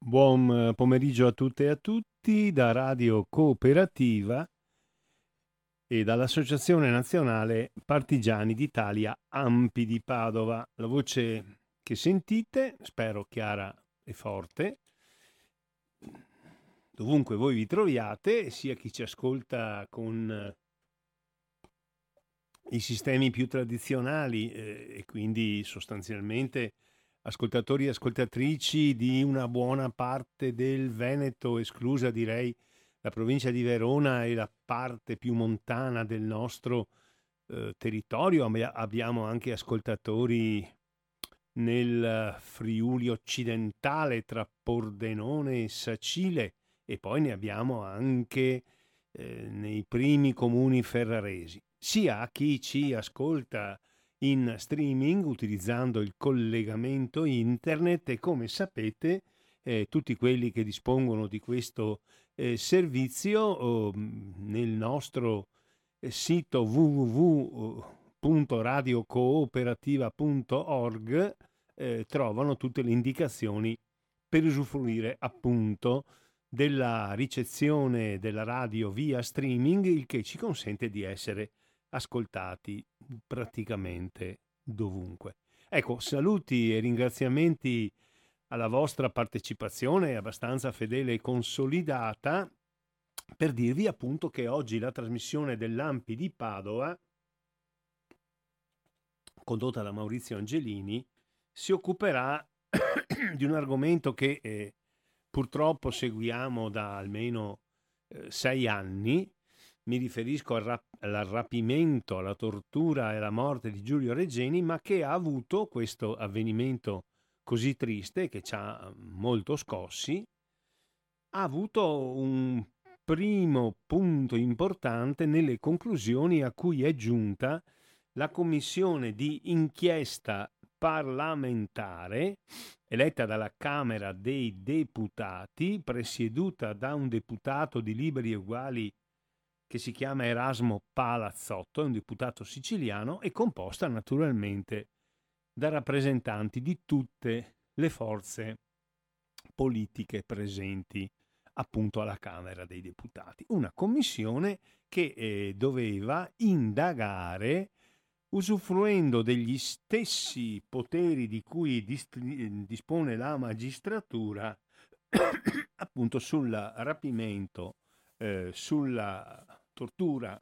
Buon pomeriggio a tutte e a tutti da Radio Cooperativa e dall'Associazione Nazionale Partigiani d'Italia Ampi di Padova. La voce che sentite, spero chiara e forte, dovunque voi vi troviate, sia chi ci ascolta con i sistemi più tradizionali e quindi sostanzialmente ascoltatori e ascoltatrici di una buona parte del Veneto, esclusa direi la provincia di Verona e la parte più montana del nostro territorio. Abbiamo anche ascoltatori nel Friuli occidentale tra Pordenone e Sacile e poi ne abbiamo anche nei primi comuni ferraresi, sia a chi ci ascolta in streaming utilizzando il collegamento internet e come sapete tutti quelli che dispongono di questo servizio nel nostro sito www.radiocooperativa.org trovano tutte le indicazioni per usufruire appunto della ricezione della radio via streaming, il che ci consente di essere ascoltati praticamente dovunque. Ecco, saluti e ringraziamenti alla vostra partecipazione abbastanza fedele e consolidata per dirvi appunto che oggi la trasmissione dell'Ampi di Padova, condotta da Maurizio Angelini, si occuperà di un argomento che purtroppo seguiamo da almeno 6 anni. Mi riferisco al rapimento, alla tortura e alla morte di Giulio Regeni, ma che ha avuto questo avvenimento così triste che ci ha molto scossi, ha avuto un primo punto importante nelle conclusioni a cui è giunta la commissione di inchiesta parlamentare eletta dalla Camera dei Deputati, presieduta da un deputato di Liberi e Uguali che si chiama Erasmo Palazzotto, è un deputato siciliano, e composta naturalmente da rappresentanti di tutte le forze politiche presenti appunto alla Camera dei Deputati. Una commissione che doveva indagare, usufruendo degli stessi poteri di cui dispone la magistratura, appunto sul rapimento, sulla tortura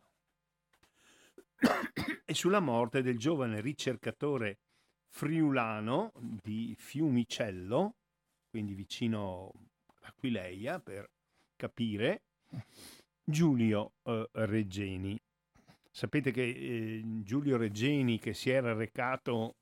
e sulla morte del giovane ricercatore friulano di Fiumicello, quindi vicino Aquileia per capire, Giulio Regeni. Sapete che Giulio Regeni, che si era recato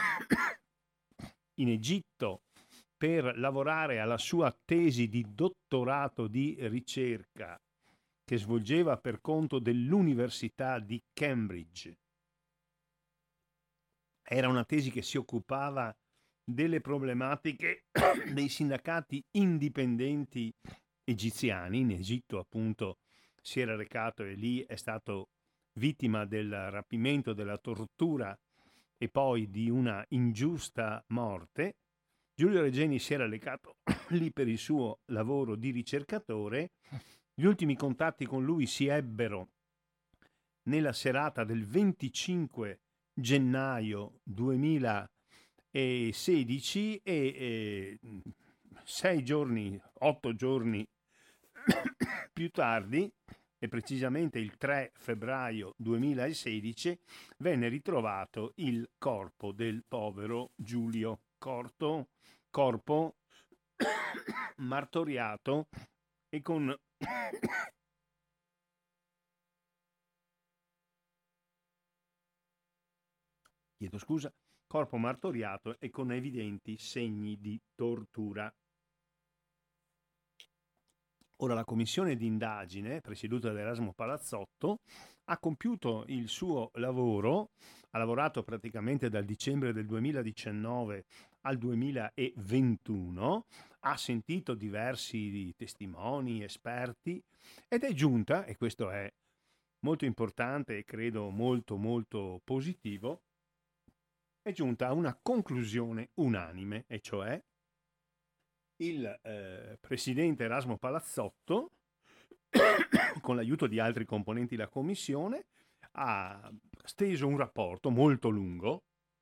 in Egitto per lavorare alla sua tesi di dottorato di ricerca che svolgeva per conto dell'Università di Cambridge. Era una tesi che si occupava delle problematiche dei sindacati indipendenti egiziani. In Egitto appunto si era recato e lì è stato vittima del rapimento, della tortura e poi di una ingiusta morte. Giulio Regeni si era recato lì per il suo lavoro di ricercatore. Gli ultimi contatti con lui si ebbero nella serata del 25 gennaio 2016 e 8 giorni più tardi, e precisamente il 3 febbraio 2016, venne ritrovato il corpo del povero Giulio, corpo martoriato e con chiedo scusa, corpo martoriato e con evidenti segni di tortura. Ora la commissione di indagine, presieduta da Erasmo Palazzotto, ha compiuto il suo lavoro, ha lavorato praticamente dal dicembre del 2019 al 2021, ha sentito diversi testimoni, esperti ed è giunta, e questo è molto importante e credo molto molto positivo, è giunta a una conclusione unanime, e cioè il presidente Erasmo Palazzotto, con l'aiuto di altri componenti della commissione, ha steso un rapporto molto lungo,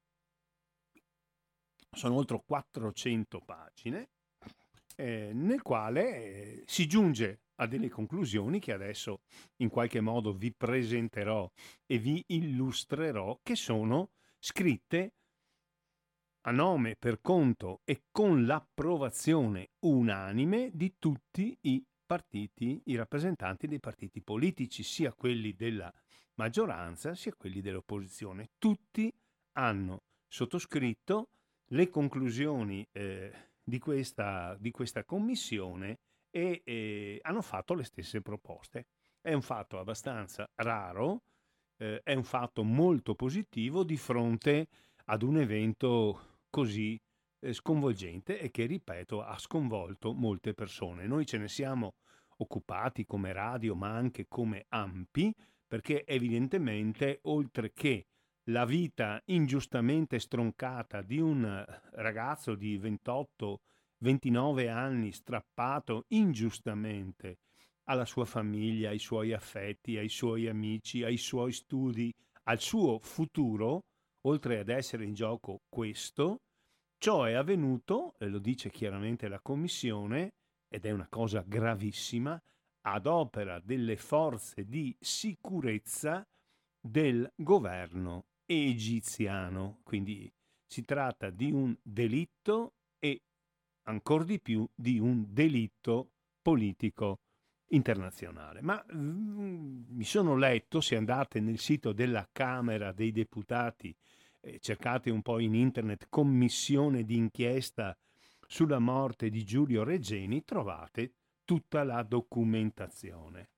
sono oltre 400 pagine, nel quale si giunge a delle conclusioni che adesso in qualche modo vi presenterò e vi illustrerò, che sono scritte a nome, per conto e con l'approvazione unanime di tutti i partiti, i rappresentanti dei partiti politici, sia quelli della maggioranza sia quelli dell'opposizione. Tutti hanno sottoscritto le conclusioni di questa commissione e hanno fatto le stesse proposte. È un fatto abbastanza raro, è un fatto molto positivo di fronte ad un evento così sconvolgente e che, ripeto, ha sconvolto molte persone. Noi ce ne siamo occupati come radio, ma anche come ANPI, perché evidentemente, oltre che la vita ingiustamente stroncata di un ragazzo di 28-29 anni strappato ingiustamente alla sua famiglia, ai suoi affetti, ai suoi amici, ai suoi studi, al suo futuro, oltre ad essere in gioco questo, ciò è avvenuto, e lo dice chiaramente la Commissione, ed è una cosa gravissima, ad opera delle forze di sicurezza del governo egiziano. Quindi si tratta di un delitto e ancor di più di un delitto politico internazionale. Ma mi sono letto, se andate nel sito della Camera dei Deputati, cercate un po' in internet commissione d'inchiesta sulla morte di Giulio Regeni, trovate tutta la documentazione.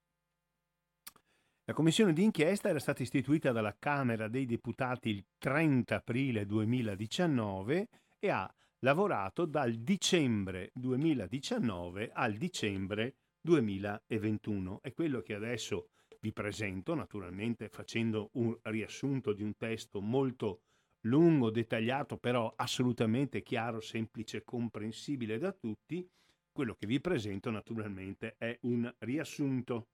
La commissione d'inchiesta era stata istituita dalla Camera dei Deputati il 30 aprile 2019 e ha lavorato dal dicembre 2019 al dicembre 2021. È quello che adesso vi presento, naturalmente facendo un riassunto di un testo molto lungo, dettagliato, però assolutamente chiaro, semplice, comprensibile da tutti. Quello che vi presento naturalmente è un riassunto.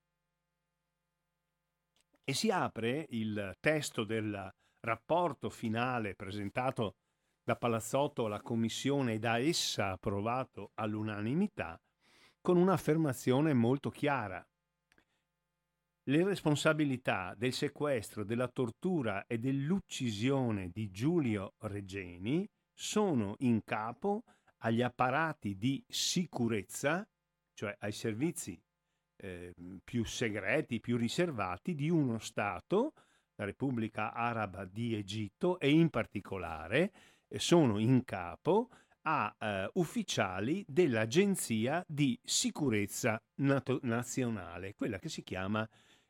E si apre il testo del rapporto finale presentato da Palazzotto alla Commissione e da essa approvato all'unanimità con un'affermazione molto chiara. Le responsabilità del sequestro, della tortura e dell'uccisione di Giulio Regeni sono in capo agli apparati di sicurezza, cioè ai servizi più segreti, più riservati di uno Stato, la Repubblica Araba di Egitto, e in particolare sono in capo a ufficiali dell'Agenzia di Sicurezza Nazionale, quella che si chiama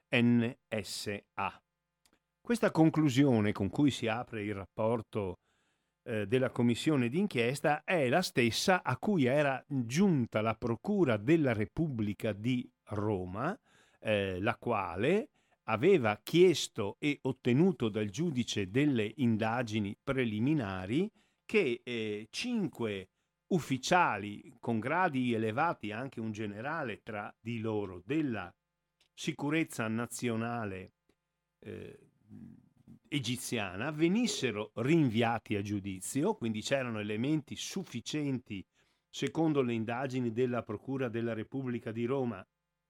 NSA. Questa conclusione con cui si apre il rapporto della commissione d'inchiesta è la stessa a cui era giunta la Procura della Repubblica di Roma, la quale aveva chiesto e ottenuto dal giudice delle indagini preliminari che 5 ufficiali con gradi elevati, anche un generale tra di loro, della sicurezza nazionale egiziana venissero rinviati a giudizio, quindi c'erano elementi sufficienti, secondo le indagini della Procura della Repubblica di Roma,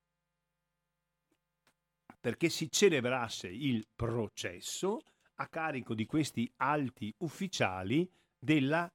perché si celebrasse il processo a carico di questi alti ufficiali della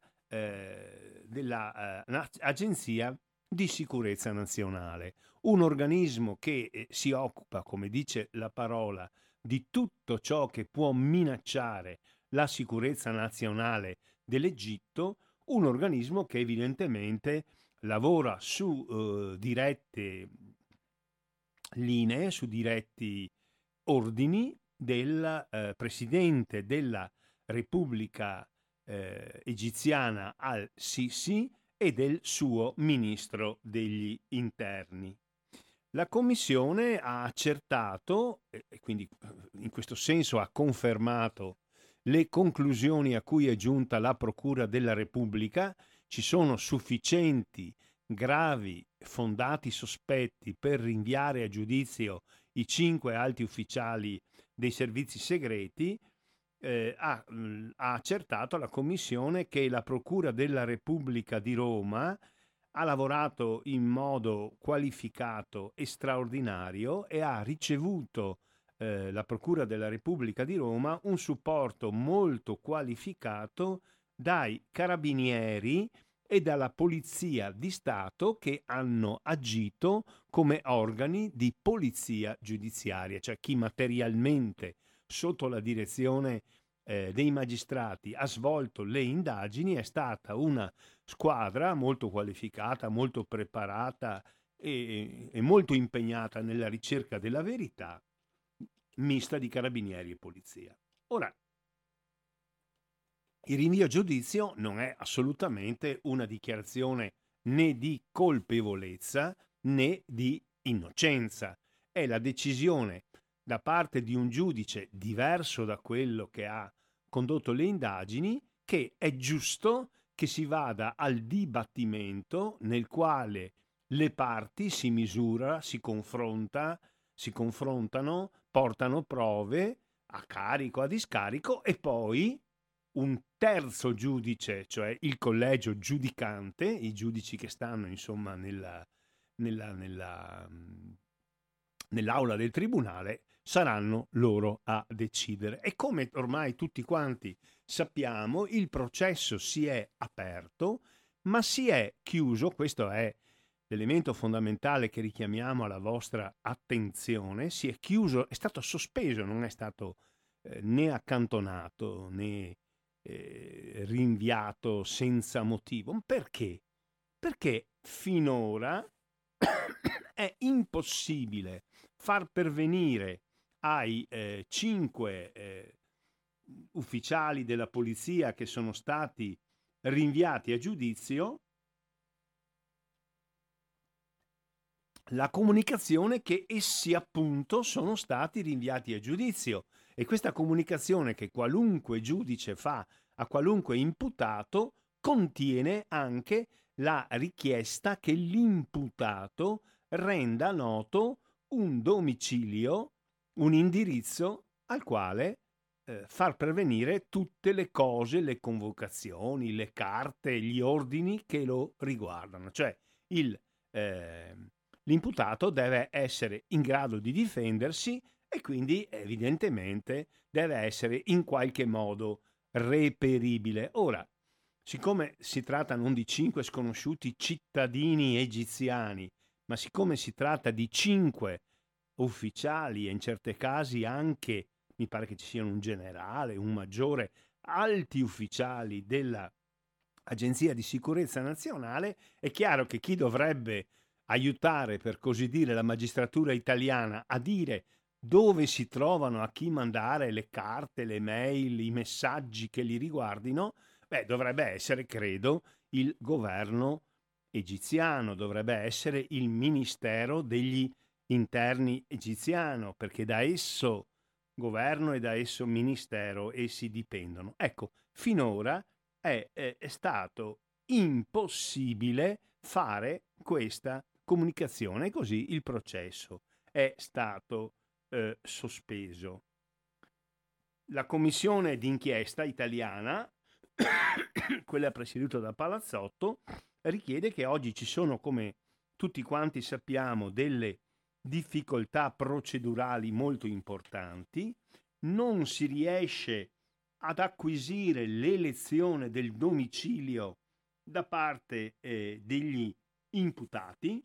Agenzia di Sicurezza Nazionale, un organismo che si occupa, come dice la parola, di tutto ciò che può minacciare la sicurezza nazionale dell'Egitto, un organismo che evidentemente lavora su dirette linee, su diretti ordini del presidente della Repubblica egiziana al-Sisi e del suo ministro degli interni. La commissione ha accertato, e quindi in questo senso ha confermato le conclusioni a cui è giunta la Procura della Repubblica, ci sono sufficienti, gravi, fondati sospetti per rinviare a giudizio i 5 alti ufficiali dei servizi segreti, ha accertato la Commissione che la Procura della Repubblica di Roma ha lavorato in modo qualificato e straordinario e ha ricevuto la Procura della Repubblica di Roma un supporto molto qualificato dai carabinieri e dalla Polizia di Stato, che hanno agito come organi di polizia giudiziaria, cioè chi materialmente sotto la direzione dei magistrati ha svolto le indagini è stata una squadra molto qualificata, molto preparata e molto impegnata nella ricerca della verità, mista di carabinieri e polizia. Ora, il rinvio a giudizio non è assolutamente una dichiarazione né di colpevolezza né di innocenza, è la decisione da parte di un giudice diverso da quello che ha condotto le indagini che è giusto che si vada al dibattimento nel quale le parti si misura, si confrontano, portano prove a carico, a discarico e poi un terzo giudice, cioè il collegio giudicante, i giudici che stanno insomma nell'aula del tribunale, saranno loro a decidere. E come ormai tutti quanti sappiamo, il processo si è aperto, ma si è chiuso, questo è l'elemento fondamentale che richiamiamo alla vostra attenzione, si è chiuso, è stato sospeso, non è stato né accantonato né rinviato senza motivo. Perché? Perché finora è impossibile far pervenire ai 5 ufficiali della polizia che sono stati rinviati a giudizio la comunicazione che essi appunto sono stati rinviati a giudizio, e questa comunicazione che qualunque giudice fa a qualunque imputato contiene anche la richiesta che l'imputato renda noto un domicilio, un indirizzo al quale far pervenire tutte le cose, le convocazioni, le carte, gli ordini che lo riguardano. Cioè l'imputato deve essere in grado di difendersi e quindi evidentemente deve essere in qualche modo reperibile. Ora, siccome si tratta non di 5 sconosciuti cittadini egiziani, ma siccome si tratta di 5 ufficiali e in certi casi anche, mi pare che ci siano un generale, un maggiore, alti ufficiali della Agenzia di Sicurezza Nazionale, è chiaro che chi dovrebbe aiutare, per così dire, la magistratura italiana a dire dove si trovano, a chi mandare le carte, le mail, i messaggi che li riguardino, dovrebbe essere, credo, il governo egiziano, dovrebbe essere il Ministero degli Interni egiziano, perché da esso governo e da esso ministero essi dipendono. Ecco, finora è stato impossibile fare questa comunicazione, così il processo è stato sospeso. La commissione d'inchiesta italiana, quella presieduta da Palazzotto, richiede che oggi ci sono, come tutti quanti sappiamo, delle difficoltà procedurali molto importanti, non si riesce ad acquisire l'elezione del domicilio da parte degli imputati.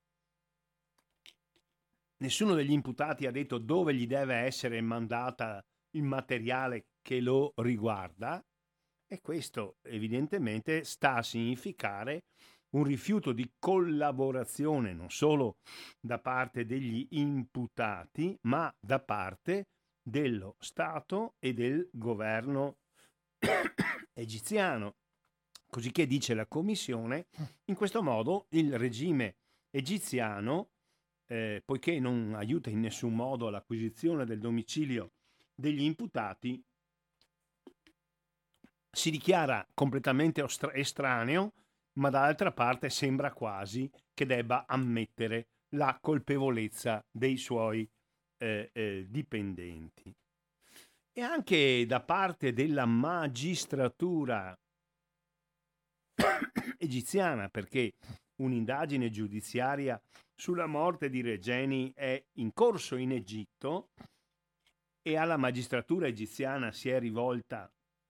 Nessuno degli imputati ha detto dove gli deve essere mandata il materiale che lo riguarda, e questo evidentemente sta a significare un rifiuto di collaborazione non solo da parte degli imputati, ma da parte dello Stato e del governo egiziano. Cosicché, dice la Commissione, in questo modo il regime egiziano, poiché non aiuta in nessun modo l'acquisizione del domicilio degli imputati, si dichiara completamente estraneo ma dall'altra parte sembra quasi che debba ammettere la colpevolezza dei suoi dipendenti. E anche da parte della magistratura egiziana, perché un'indagine giudiziaria sulla morte di Regeni è in corso in Egitto e alla magistratura egiziana si è rivolta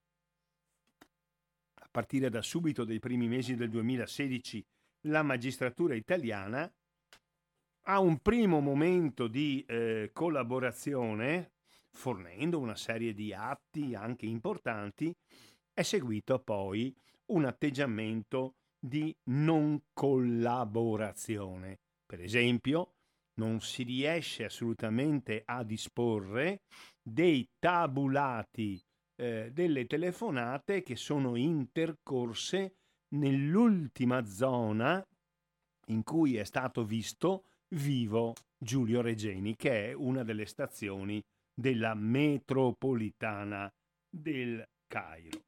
a partire da subito dei primi mesi del 2016 la magistratura italiana. A un primo momento di collaborazione, fornendo una serie di atti anche importanti, è seguito poi un atteggiamento di non collaborazione. Per esempio, non si riesce assolutamente a disporre dei tabulati delle telefonate che sono intercorse nell'ultima zona in cui è stato visto vivo Giulio Regeni, che è una delle stazioni della metropolitana del Cairo.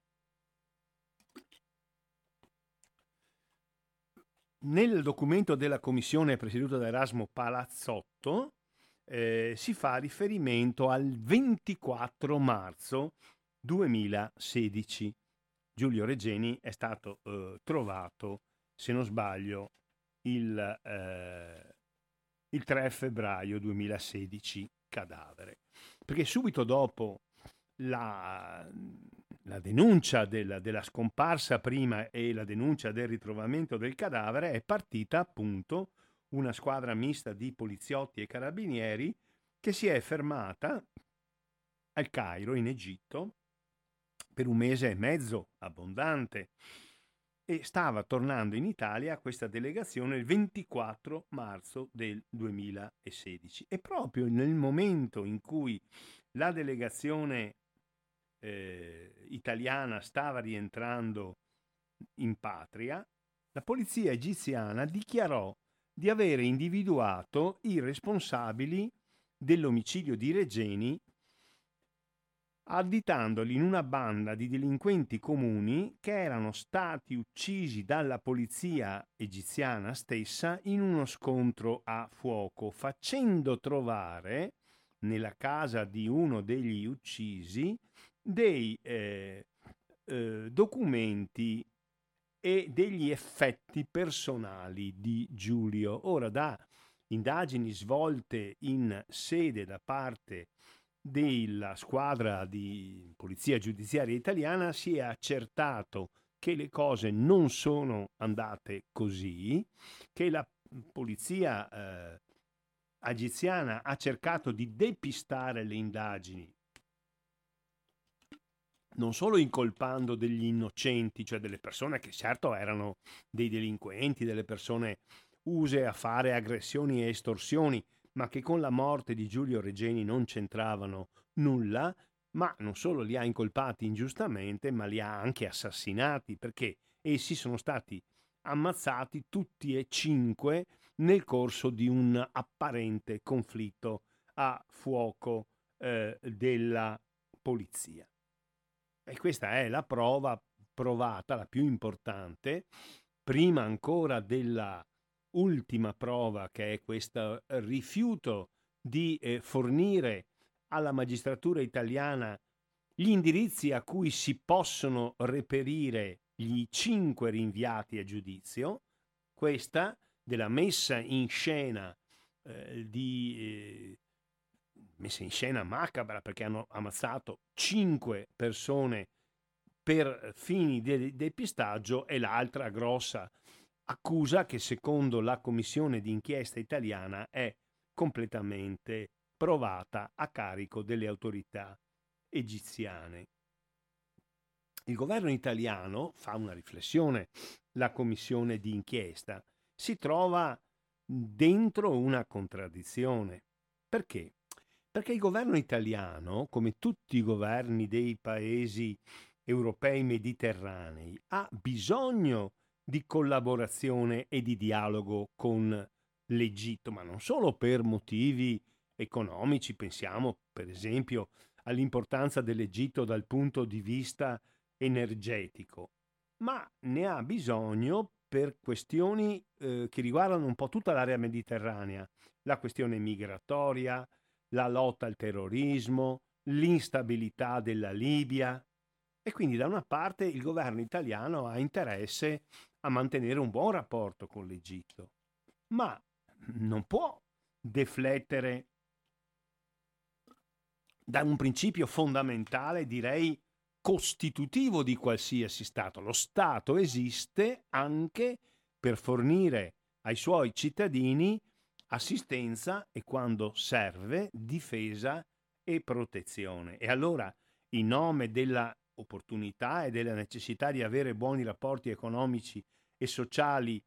Nel documento della commissione presieduta da Erasmo Palazzotto si fa riferimento al 24 marzo 2016. Giulio Regeni è stato trovato, se non sbaglio, il 3 febbraio 2016 cadavere, perché subito dopo la denuncia della scomparsa prima e la denuncia del ritrovamento del cadavere è partita appunto una squadra mista di poliziotti e carabinieri che si è fermata al Cairo in Egitto per un mese e mezzo abbondante e stava tornando in Italia questa delegazione il 24 marzo del 2016 e proprio nel momento in cui la delegazione italiana stava rientrando in patria, la polizia egiziana dichiarò di avere individuato i responsabili dell'omicidio di Regeni, additandoli in una banda di delinquenti comuni che erano stati uccisi dalla polizia egiziana stessa in uno scontro a fuoco, facendo trovare nella casa di uno degli uccisi dei documenti e degli effetti personali di Giulio. Ora, da indagini svolte in sede da parte della squadra di polizia giudiziaria italiana si è accertato che le cose non sono andate così, che la polizia egiziana ha cercato di depistare le indagini non solo incolpando degli innocenti, cioè delle persone che certo erano dei delinquenti, delle persone use a fare aggressioni e estorsioni, ma che con la morte di Giulio Regeni non c'entravano nulla, ma non solo li ha incolpati ingiustamente, ma li ha anche assassinati, perché essi sono stati ammazzati tutti e 5 nel corso di un apparente conflitto a fuoco della polizia. E questa è la prova provata, la più importante, prima ancora della ultima prova, che è questo rifiuto di fornire alla magistratura italiana gli indirizzi a cui si possono reperire gli 5 rinviati a giudizio, questa della messa in scena messa in scena macabra, perché hanno ammazzato 5 persone per fini di depistaggio, e l'altra grossa accusa che secondo la commissione d'inchiesta italiana è completamente provata a carico delle autorità egiziane. Il governo italiano fa una riflessione, la commissione d'inchiesta si trova dentro una contraddizione. Perché? Perché il governo italiano, come tutti i governi dei paesi europei mediterranei, ha bisogno di collaborazione e di dialogo con l'Egitto, ma non solo per motivi economici, pensiamo per esempio all'importanza dell'Egitto dal punto di vista energetico, ma ne ha bisogno per questioni che riguardano un po' tutta l'area mediterranea, la questione migratoria, la lotta al terrorismo, l'instabilità della Libia. E quindi da una parte il governo italiano ha interesse a mantenere un buon rapporto con l'Egitto, ma non può deflettere da un principio fondamentale, direi costitutivo di qualsiasi Stato. Lo Stato esiste anche per fornire ai suoi cittadini assistenza e, quando serve, difesa e protezione. E allora, in nome della opportunità e della necessità di avere buoni rapporti economici e sociali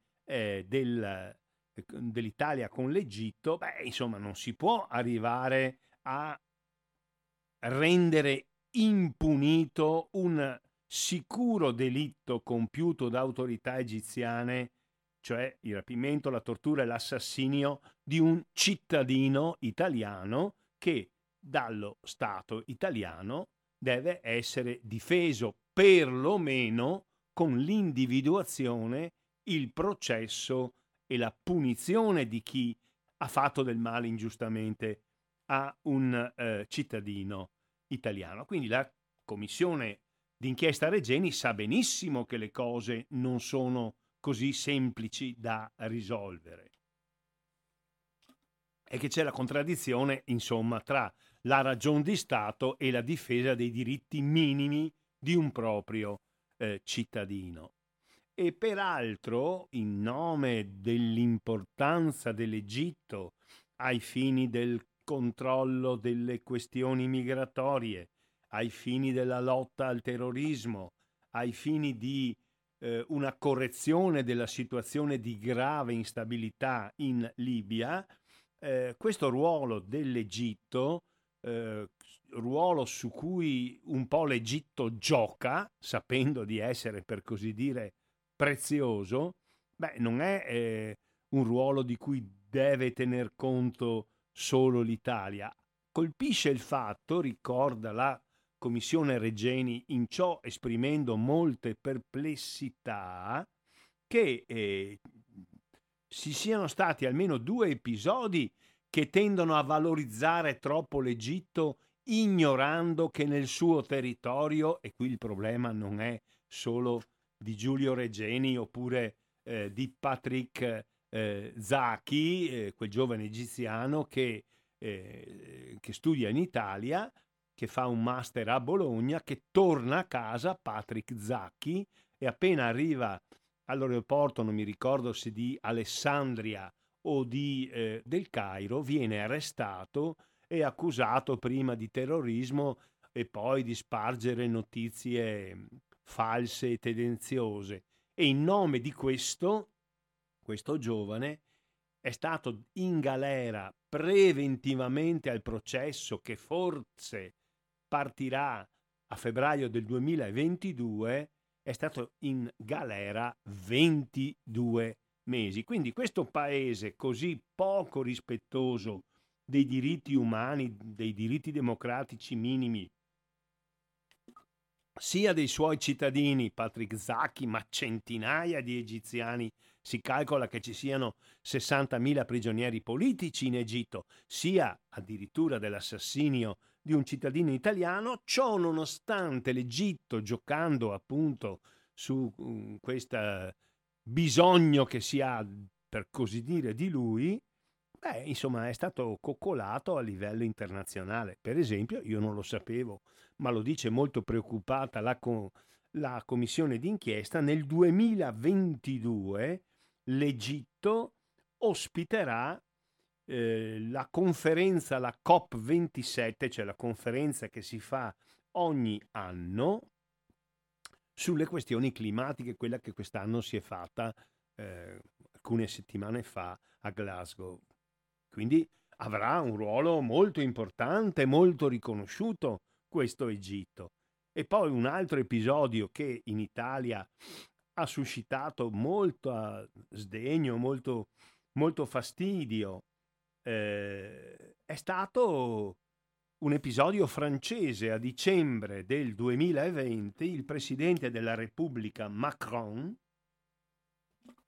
dell'Italia con l'Egitto, insomma, non si può arrivare a rendere impunito un sicuro delitto compiuto da autorità egiziane, cioè il rapimento, la tortura e l'assassinio di un cittadino italiano che dallo Stato italiano deve essere difeso perlomeno con l'individuazione, il processo e la punizione di chi ha fatto del male ingiustamente a un cittadino italiano. Quindi la commissione d'inchiesta Regeni sa benissimo che le cose non sono così semplici da risolvere e che c'è la contraddizione, insomma, tra la ragion di Stato e la difesa dei diritti minimi di un proprio cittadino. E peraltro, in nome dell'importanza dell'Egitto ai fini del controllo delle questioni migratorie, ai fini della lotta al terrorismo, ai fini di una correzione della situazione di grave instabilità in Libia, questo ruolo dell'Egitto, ruolo su cui un po' l'Egitto gioca, sapendo di essere, per così dire, prezioso, non è un ruolo di cui deve tener conto solo l'Italia. Colpisce il fatto, ricorda la Commissione Regeni in ciò esprimendo molte perplessità, che ci siano stati almeno 2 episodi che tendono a valorizzare troppo l'Egitto, ignorando che nel suo territorio, e qui il problema non è solo di Regeni oppure di Patrick Zaki, quel giovane egiziano che studia in Italia, che fa un master a Bologna, che torna a casa, Patrick Zaki, e appena arriva all'aeroporto, non mi ricordo se di Alessandria o del Cairo, viene arrestato e accusato prima di terrorismo e poi di spargere notizie false e tendenziose. E in nome di questo giovane è stato in galera preventivamente al processo che forse partirà a febbraio del 2022, è stato in galera 22 mesi. Quindi questo paese così poco rispettoso dei diritti umani, dei diritti democratici minimi, sia dei suoi cittadini, Patrick Zaki, ma centinaia di egiziani, si calcola che ci siano 60.000 prigionieri politici in Egitto, sia addirittura dell'assassinio di un cittadino italiano. Ciò nonostante l'Egitto, giocando appunto su questo bisogno che si ha, per così dire, di lui, insomma è stato coccolato a livello internazionale. Per esempio, io non lo sapevo, ma lo dice molto preoccupata la commissione d'inchiesta, nel 2022 l'Egitto ospiterà la conferenza, la COP27, cioè la conferenza che si fa ogni anno sulle questioni climatiche, quella che quest'anno si è fatta alcune settimane fa a Glasgow. Quindi avrà un ruolo molto importante, molto riconosciuto questo Egitto. E poi un altro episodio che in Italia ha suscitato molto sdegno, molto, molto fastidio, è stato un episodio francese. A dicembre del 2020 il presidente della Repubblica Macron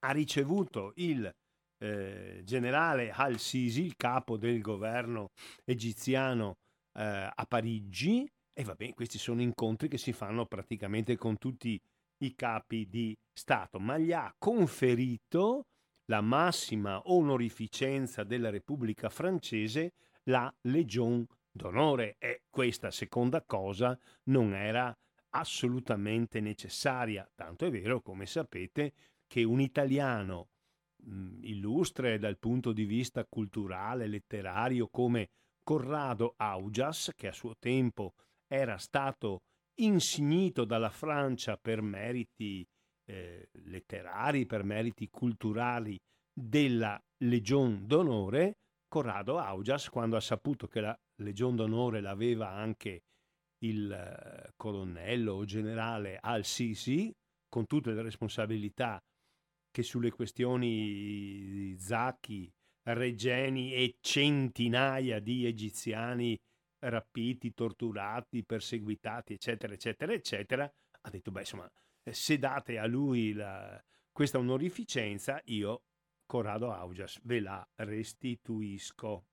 ha ricevuto il generale al-Sisi, il capo del governo egiziano, a Parigi, e va bene, questi sono incontri che si fanno praticamente con tutti i capi di Stato, ma gli ha conferito la massima onorificenza della Repubblica Francese, la Légion d'onore, e questa seconda cosa non era assolutamente necessaria, tanto è vero, come sapete, che un italiano illustre dal punto di vista culturale, letterario, come Corrado Augias, che a suo tempo era stato insignito dalla Francia per meriti letterari, per meriti culturali della Legion d'onore. Corrado Augias, quando ha saputo che la Legion d'onore l'aveva anche il colonnello o generale al-Sisi, con tutte le responsabilità che sulle questioni Zaki, Regeni e centinaia di egiziani rapiti, torturati, perseguitati, eccetera, eccetera, eccetera, ha detto, beh, insomma, se date a lui questa onorificenza, io, Corrado Augias, ve la restituisco.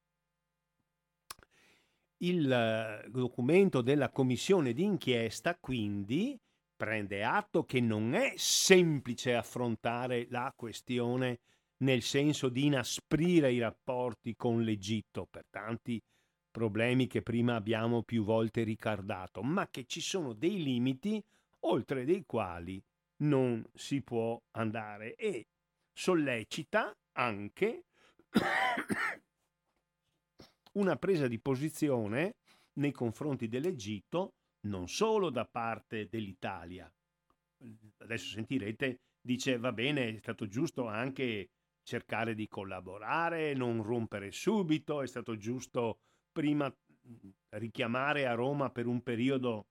Il documento della commissione d'inchiesta, quindi, prende atto che non è semplice affrontare la questione nel senso di inasprire i rapporti con l'Egitto per tanti problemi che prima abbiamo più volte ricordato, ma che ci sono dei limiti oltre dei quali non si può andare, e sollecita anche una presa di posizione nei confronti dell'Egitto non solo da parte dell'Italia. Adesso sentirete, dice va bene, è stato giusto anche cercare di collaborare, non rompere subito, è stato giusto prima richiamare a Roma per un periodo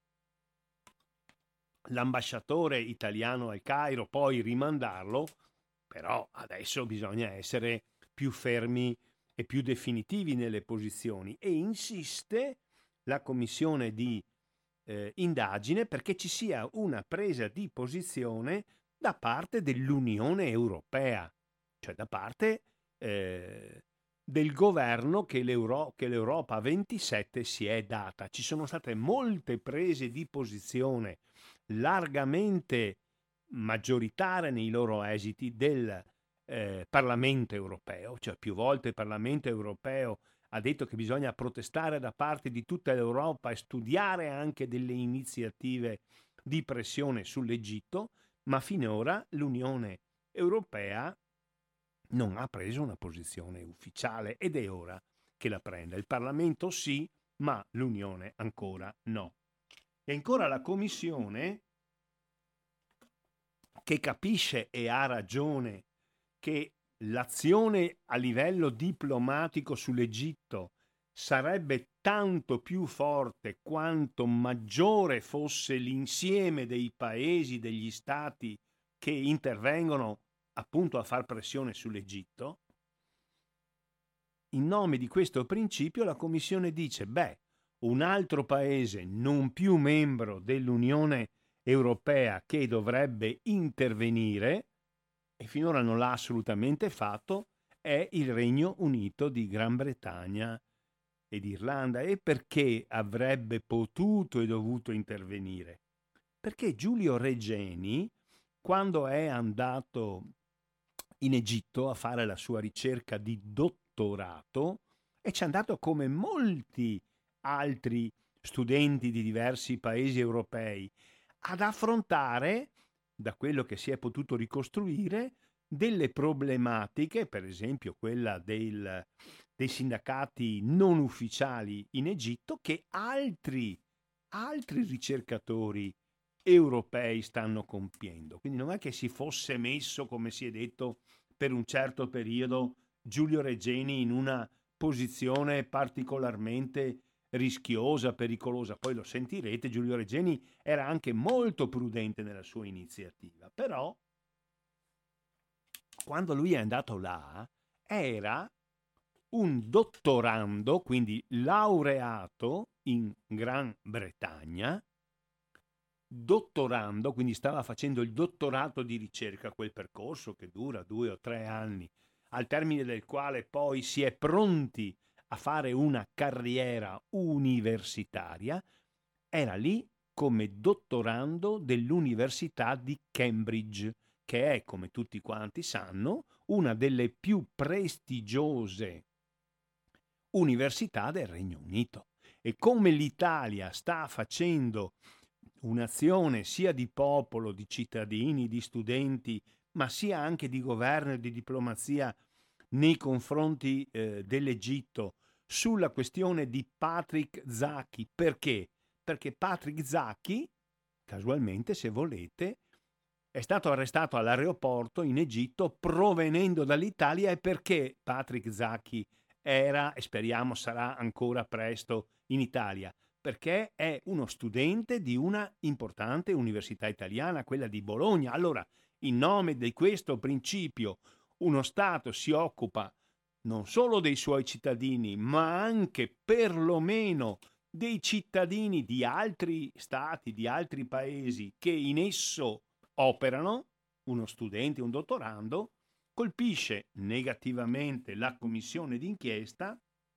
l'ambasciatore italiano al Cairo, poi rimandarlo, però adesso bisogna essere più fermi e più definitivi nelle posizioni, e insiste la commissione di indagine perché ci sia una presa di posizione da parte dell'Unione Europea, cioè da parte del governo che l'Europa 27 si è data. Ci sono state molte prese di posizione largamente maggioritarie nei loro esiti del Parlamento europeo, cioè più volte il Parlamento europeo ha detto che bisogna protestare da parte di tutta l'Europa e studiare anche delle iniziative di pressione sull'Egitto, ma finora l'Unione Europea non ha preso una posizione ufficiale ed è ora che la prenda. Il Parlamento sì, ma l'Unione ancora no. E ancora la Commissione, che capisce e ha ragione che l'azione a livello diplomatico sull'Egitto sarebbe tanto più forte quanto maggiore fosse l'insieme dei paesi, degli stati che intervengono appunto a far pressione sull'Egitto. In nome di questo principio la Commissione dice, un altro paese non più membro dell'Unione Europea che dovrebbe intervenire, e finora non l'ha assolutamente fatto, è il Regno Unito di Gran Bretagna ed Irlanda. E perché avrebbe potuto e dovuto intervenire? Perché Giulio Regeni, quando è andato in Egitto a fare la sua ricerca di dottorato, e ci è andato come molti altri studenti di diversi paesi europei ad affrontare, da quello che si è potuto ricostruire, delle problematiche, per esempio quella dei sindacati non ufficiali in Egitto, che altri ricercatori europei stanno compiendo. Quindi non è che si fosse messo, come si è detto, per un certo periodo Giulio Regeni in una posizione particolarmente rischiosa, pericolosa. Poi lo sentirete, Giulio Regeni era anche molto prudente nella sua iniziativa, però quando lui è andato là era un dottorando, quindi laureato in Gran Bretagna, dottorando, quindi stava facendo il dottorato di ricerca, quel percorso che dura 2 o 3 anni, al termine del quale poi si è pronti a fare una carriera universitaria, era lì come dottorando dell'Università di Cambridge, che è, come tutti quanti sanno, una delle più prestigiose università del Regno Unito. E come l'Italia sta facendo un'azione sia di popolo, di cittadini, di studenti, ma sia anche di governo e di diplomazia nei confronti dell'Egitto sulla questione di Patrick Zaki. Perché? Perché Patrick Zaki, casualmente se volete, è stato arrestato all'aeroporto in Egitto provenendo dall'Italia. E perché Patrick Zaki era, e speriamo sarà ancora presto, in Italia? Perché è uno studente di una importante università italiana, quella di Bologna. Allora, in nome di questo principio, uno Stato si occupa non solo dei suoi cittadini, ma anche perlomeno dei cittadini di altri stati, di altri paesi che in esso operano, uno studente, un dottorando, colpisce negativamente la commissione d'inchiesta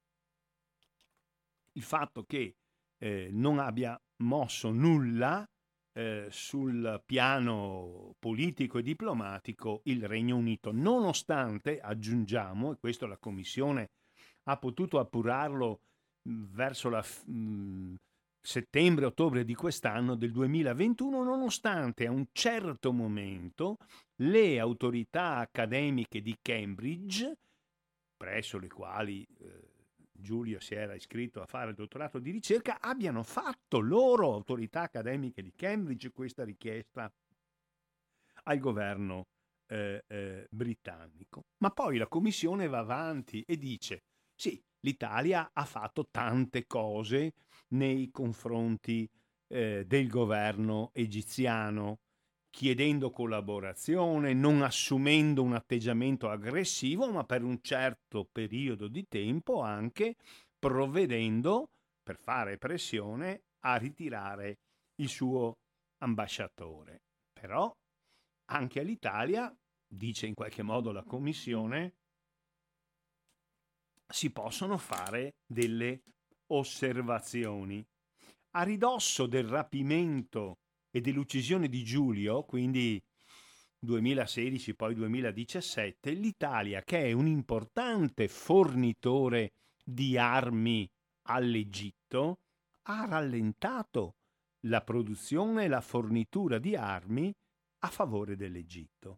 il fatto che non abbia mosso nulla sul piano politico e diplomatico il Regno Unito, nonostante, aggiungiamo, e questo la Commissione ha potuto appurarlo verso la settembre-ottobre di quest'anno del 2021, nonostante a un certo momento le autorità accademiche di Cambridge, presso le quali Giulio si era iscritto a fare il dottorato di ricerca, abbiano fatto loro, autorità accademiche di Cambridge, questa richiesta al governo britannico. Ma poi la commissione va avanti e dice: sì, l'Italia ha fatto tante cose nei confronti del governo egiziano, chiedendo collaborazione, non assumendo un atteggiamento aggressivo, ma per un certo periodo di tempo anche provvedendo, per fare pressione, a ritirare il suo ambasciatore. Però anche all'Italia, dice in qualche modo la Commissione, si possono fare delle osservazioni. A ridosso del rapimento e dell'uccisione di Giulio, quindi 2016 poi 2017, l'Italia, che è un importante fornitore di armi all'Egitto, ha rallentato la produzione e la fornitura di armi a favore dell'Egitto.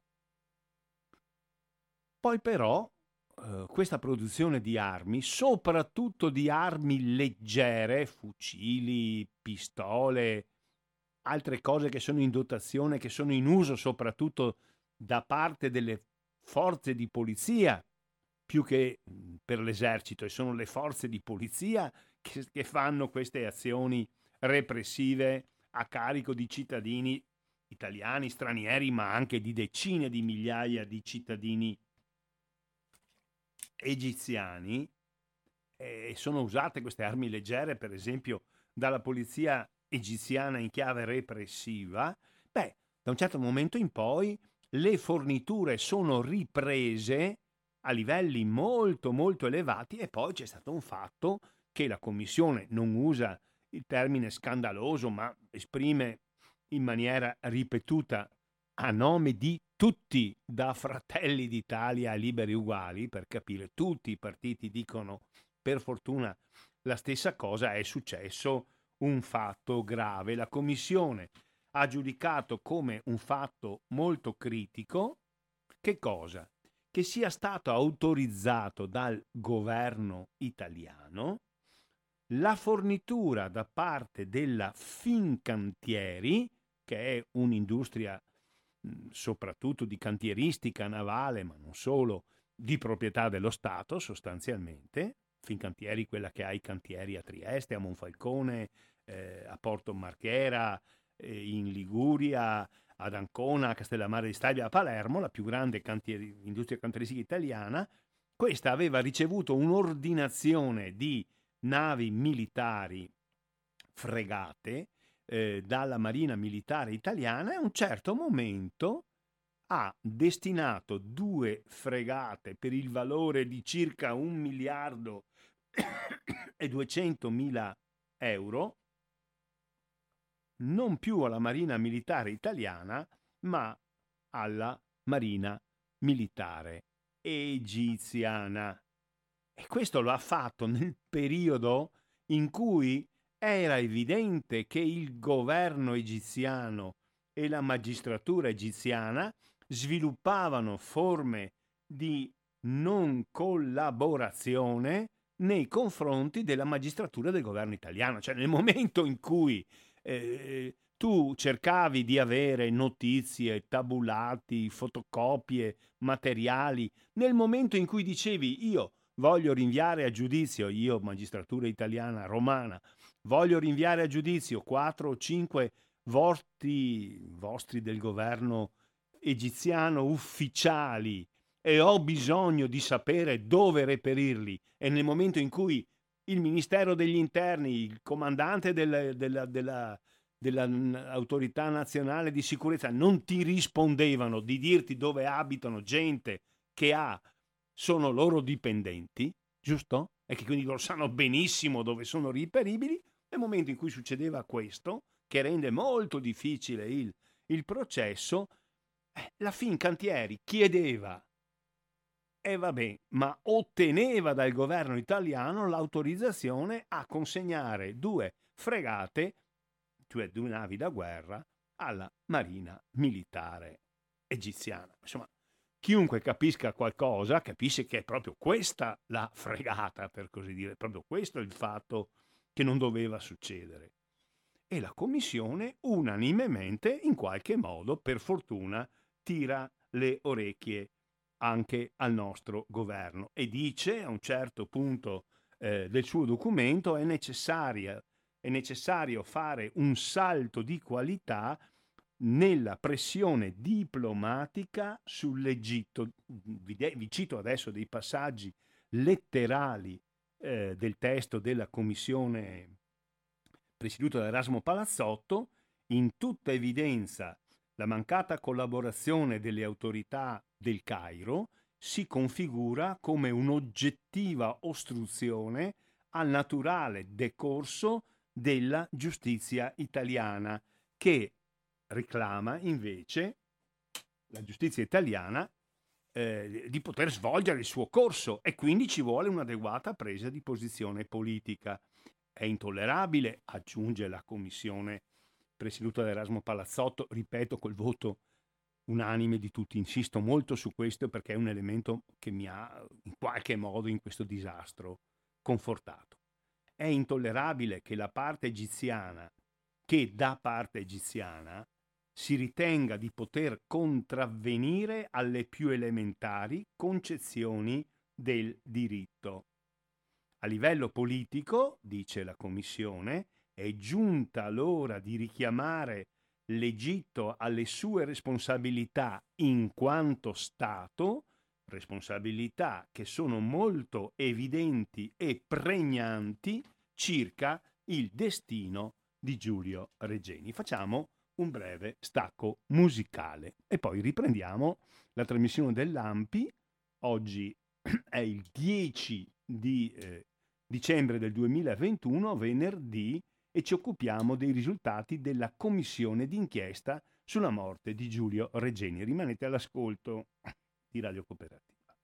Poi però questa produzione di armi, soprattutto di armi leggere, fucili, pistole, altre cose che sono in dotazione, che sono in uso soprattutto da parte delle forze di polizia, più che per l'esercito, e sono le forze di polizia che fanno queste azioni repressive a carico di cittadini italiani, stranieri, ma anche di decine di migliaia di cittadini egiziani. Sono usate queste armi leggere, per esempio, dalla polizia egiziana in chiave repressiva. Beh, da un certo momento in poi le forniture sono riprese a livelli molto molto elevati, e poi c'è stato un fatto che la Commissione non usa il termine scandaloso, ma esprime in maniera ripetuta a nome di tutti, da Fratelli d'Italia a Liberi Uguali, per capire, tutti i partiti dicono per fortuna la stessa cosa. È successo un fatto grave. La Commissione ha giudicato come un fatto molto critico che cosa? Che sia stato autorizzato dal governo italiano la fornitura da parte della Fincantieri, che è un'industria soprattutto di cantieristica navale, ma non solo, di proprietà dello Stato sostanzialmente. Fincantieri, quella che ha i cantieri a Trieste, a Monfalcone, a Porto Marghera, in Liguria, ad Ancona, a Castellammare di Stabia, a Palermo, la più grande industria cantieristica italiana. Questa aveva ricevuto un'ordinazione di navi militari fregate dalla Marina Militare Italiana e a un certo momento ha destinato 2 fregate per il valore di circa 1.200.000 euro non più alla Marina Militare Italiana, ma alla Marina Militare Egiziana. E questo lo ha fatto nel periodo in cui era evidente che il governo egiziano e la magistratura egiziana sviluppavano forme di non collaborazione nei confronti della magistratura del governo italiano. Cioè nel momento in cui tu cercavi di avere notizie, tabulati, fotocopie, materiali, nel momento in cui dicevi io voglio rinviare a giudizio, io magistratura italiana romana, voglio rinviare a giudizio 4 o 5 vostri del governo egiziano ufficiali e ho bisogno di sapere dove reperirli, e nel momento in cui il Ministero degli Interni, il comandante dell'autorità nazionale di sicurezza non ti rispondevano di dirti dove abitano gente che sono loro dipendenti, giusto? E che quindi loro sanno benissimo dove sono reperibili. Nel momento in cui succedeva questo, che rende molto difficile il processo, la Fincantieri chiedeva e vabbè, ma otteneva dal governo italiano l'autorizzazione a consegnare 2 fregate, cioè 2 navi da guerra, alla Marina Militare Egiziana. Insomma, chiunque capisca qualcosa capisce che è proprio questa la fregata, per così dire, proprio questo è il fatto che non doveva succedere. E la Commissione unanimemente, in qualche modo, per fortuna, tira le orecchie anche al nostro governo e dice a un certo punto del suo documento è necessario fare un salto di qualità nella pressione diplomatica sull'Egitto. Vi cito adesso dei passaggi letterali del testo della commissione presieduta da Erasmo Palazzotto. In tutta evidenza la mancata collaborazione delle autorità del Cairo si configura come un'oggettiva ostruzione al naturale decorso della giustizia italiana, che reclama invece la giustizia italiana di poter svolgere il suo corso, e quindi ci vuole un'adeguata presa di posizione politica. È intollerabile, aggiunge la commissione presieduta da Erasmo Palazzotto, ripeto, col voto unanime di tutti. Insisto molto su questo perché è un elemento che mi ha in qualche modo in questo disastro confortato. È intollerabile che da parte egiziana si ritenga di poter contravvenire alle più elementari concezioni del diritto. A livello politico, dice la Commissione, è giunta l'ora di richiamare l'Egitto alle sue responsabilità in quanto Stato, responsabilità che sono molto evidenti e pregnanti circa il destino di Giulio Regeni. Facciamo un breve stacco musicale e poi riprendiamo la trasmissione dell'AMPI. Oggi è il 10 di dicembre del 2021, venerdì, e ci occupiamo dei risultati della commissione d'inchiesta sulla morte di Giulio Regeni. Rimanete all'ascolto di Radio Cooperativa.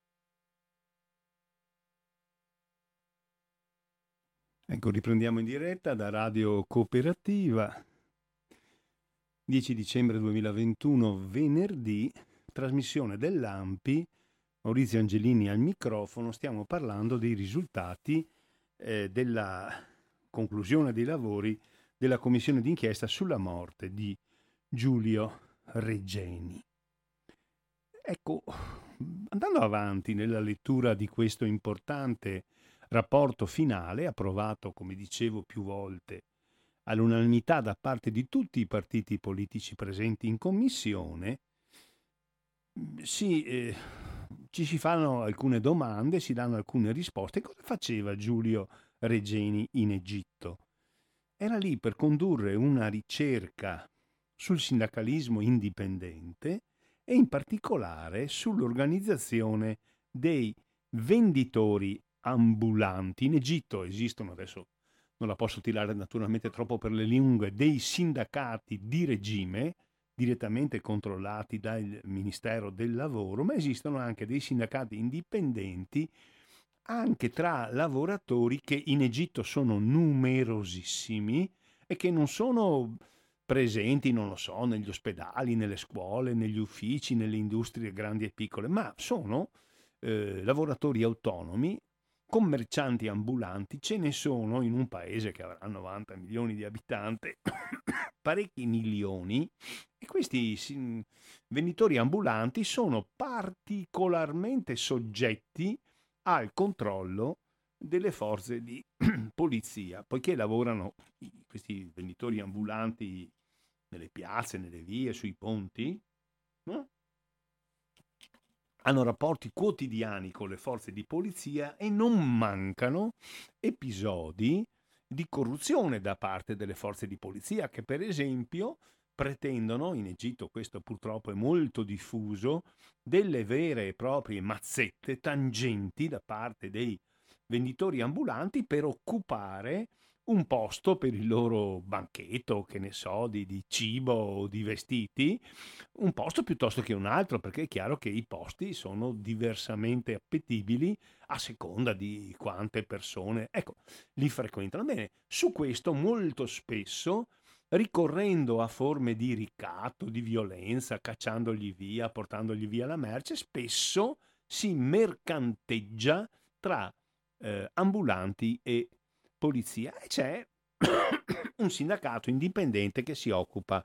Ecco, riprendiamo in diretta da Radio Cooperativa. 10 dicembre 2021, venerdì, trasmissione dell'AMPI, Maurizio Angelini al microfono. Stiamo parlando dei risultati della conclusione dei lavori della commissione d'inchiesta sulla morte di Giulio Regeni. Ecco, andando avanti nella lettura di questo importante rapporto finale, approvato, come dicevo più volte, all'unanimità da parte di tutti i partiti politici presenti in commissione, ci si fanno alcune domande, si danno alcune risposte. Cosa faceva Giulio Regeni in Egitto? era lì per condurre una ricerca sul sindacalismo indipendente e in particolare sull'organizzazione dei venditori ambulanti. In Egitto esistono, adesso non la posso tirare naturalmente troppo per le lingue, dei sindacati di regime direttamente controllati dal Ministero del Lavoro, ma esistono anche dei sindacati indipendenti anche tra lavoratori che in Egitto sono numerosissimi e che non sono presenti, non lo so, negli ospedali, nelle scuole, negli uffici, nelle industrie grandi e piccole, ma sono lavoratori autonomi, commercianti ambulanti. Ce ne sono in un paese che avrà 90 milioni di abitanti, parecchi milioni, e questi venditori ambulanti sono particolarmente soggetti al controllo delle forze di polizia, poiché lavorano questi venditori ambulanti nelle piazze, nelle vie, sui ponti, no? Hanno rapporti quotidiani con le forze di polizia e non mancano episodi di corruzione da parte delle forze di polizia che per esempio pretendono, in Egitto questo purtroppo è molto diffuso, delle vere e proprie mazzette tangenti da parte dei venditori ambulanti per occupare un posto per il loro banchetto, che ne so, di cibo o di vestiti, un posto piuttosto che un altro, perché è chiaro che i posti sono diversamente appetibili a seconda di quante persone, ecco, li frequentano. Bene, su questo molto spesso, ricorrendo a forme di ricatto, di violenza, cacciandogli via, portandogli via la merce, spesso si mercanteggia tra ambulanti e polizia, e c'è un sindacato indipendente che si occupa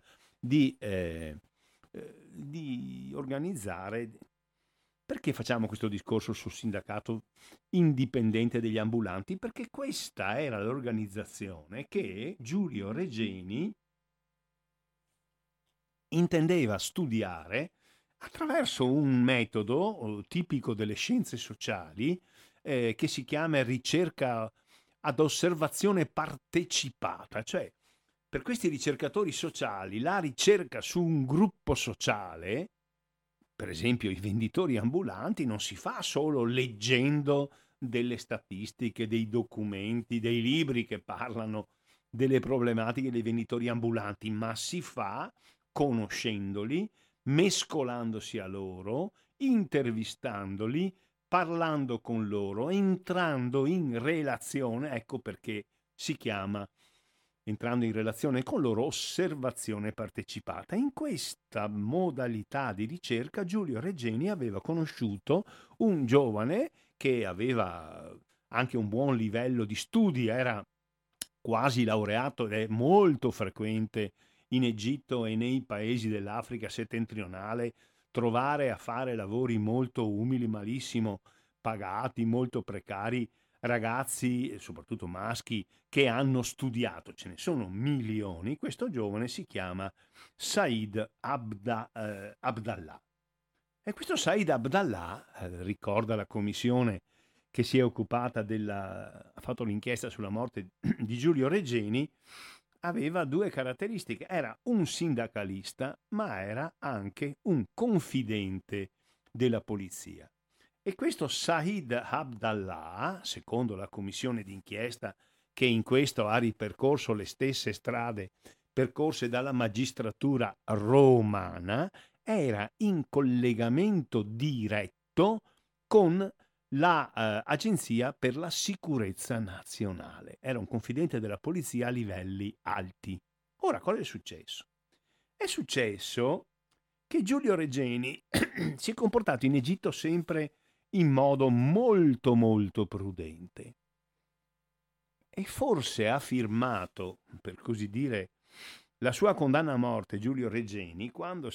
di organizzare. Perché facciamo questo discorso sul sindacato indipendente degli ambulanti? Perché questa era l'organizzazione che Giulio Regeni intendeva studiare attraverso un metodo tipico delle scienze sociali che si chiama ricerca ad osservazione partecipata, cioè per questi ricercatori sociali la ricerca su un gruppo sociale, per esempio i venditori ambulanti, non si fa solo leggendo delle statistiche, dei documenti, dei libri che parlano delle problematiche dei venditori ambulanti, ma si fa conoscendoli, mescolandosi a loro, intervistandoli, parlando con loro, entrando in relazione, ecco perché si chiama, entrando in relazione con loro, osservazione partecipata. In questa modalità di ricerca Giulio Regeni aveva conosciuto un giovane che aveva anche un buon livello di studi, era quasi laureato ed è molto frequente in Egitto e nei paesi dell'Africa settentrionale trovare a fare lavori molto umili, malissimo pagati, molto precari, ragazzi, e soprattutto maschi, che hanno studiato, ce ne sono milioni. Questo giovane si chiama Said Abdallah. E questo Said Abdallah, ricorda la commissione che si è occupata ha fatto l'inchiesta sulla morte di Giulio Regeni, aveva due caratteristiche: era un sindacalista, ma era anche un confidente della polizia. E questo Said Abdallah, secondo la commissione d'inchiesta che in questo ha ripercorso le stesse strade percorse dalla magistratura romana, era in collegamento diretto con l'Agenzia per la Sicurezza Nazionale. Era un confidente della polizia a livelli alti. Ora, cosa è successo? È successo che Giulio Regeni si è comportato in Egitto sempre in modo molto molto prudente e forse ha firmato, per così dire, la sua condanna a morte, Giulio Regeni, quando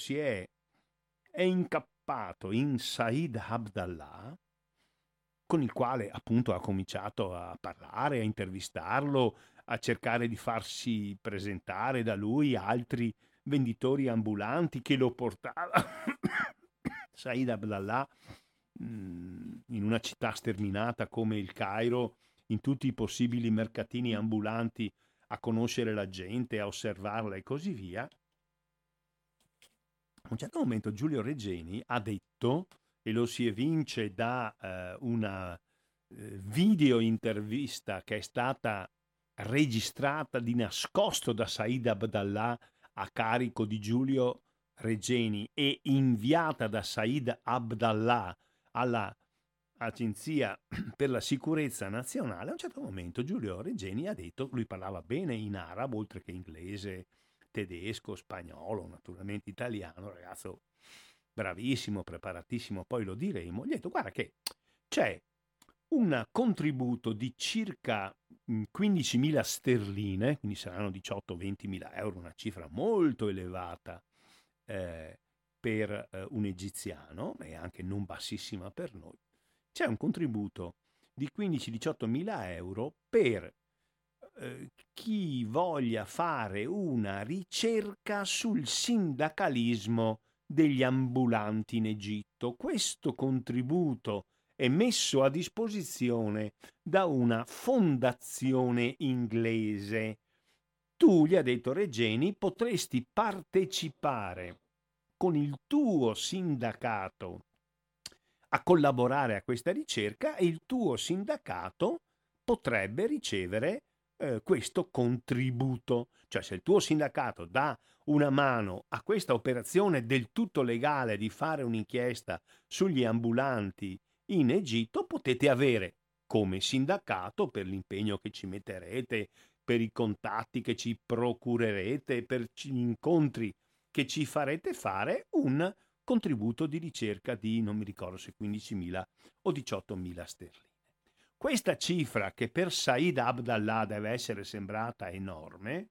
è incappato in Said Abdallah, con il quale appunto ha cominciato a parlare, a intervistarlo, a cercare di farsi presentare da lui altri venditori ambulanti che lo portavano. Said Abdallah, in una città sterminata come il Cairo, in tutti i possibili mercatini ambulanti a conoscere la gente, a osservarla e così via. A un certo momento Giulio Regeni ha detto, e lo si evince da una video intervista che è stata registrata di nascosto da Said Abdallah a carico di Giulio Regeni e inviata da Said Abdallah alla Agenzia per la Sicurezza Nazionale. A un certo momento Giulio Regeni ha detto, lui parlava bene in arabo oltre che inglese, tedesco, spagnolo, naturalmente italiano, ragazzo bravissimo, preparatissimo, poi lo diremo. Gli ha detto: guarda che c'è un contributo di circa 15.000 sterline, quindi saranno 18-20.000 euro, una cifra molto elevata per un egiziano e anche non bassissima per noi. C'è un contributo di 15-18.000 euro per chi voglia fare una ricerca sul sindacalismo degli ambulanti in Egitto. Questo contributo è messo a disposizione da una fondazione inglese. Tu, gli ha detto Regeni, potresti partecipare con il tuo sindacato a collaborare a questa ricerca e il tuo sindacato potrebbe ricevere questo contributo. Cioè, se il tuo sindacato dà una mano a questa operazione del tutto legale di fare un'inchiesta sugli ambulanti in Egitto, potete avere come sindacato, per l'impegno che ci metterete, per i contatti che ci procurerete, per gli incontri che ci farete fare, un contributo di ricerca di, non mi ricordo se 15.000 o 18.000 sterline. Questa cifra, che per Said Abdallah deve essere sembrata enorme,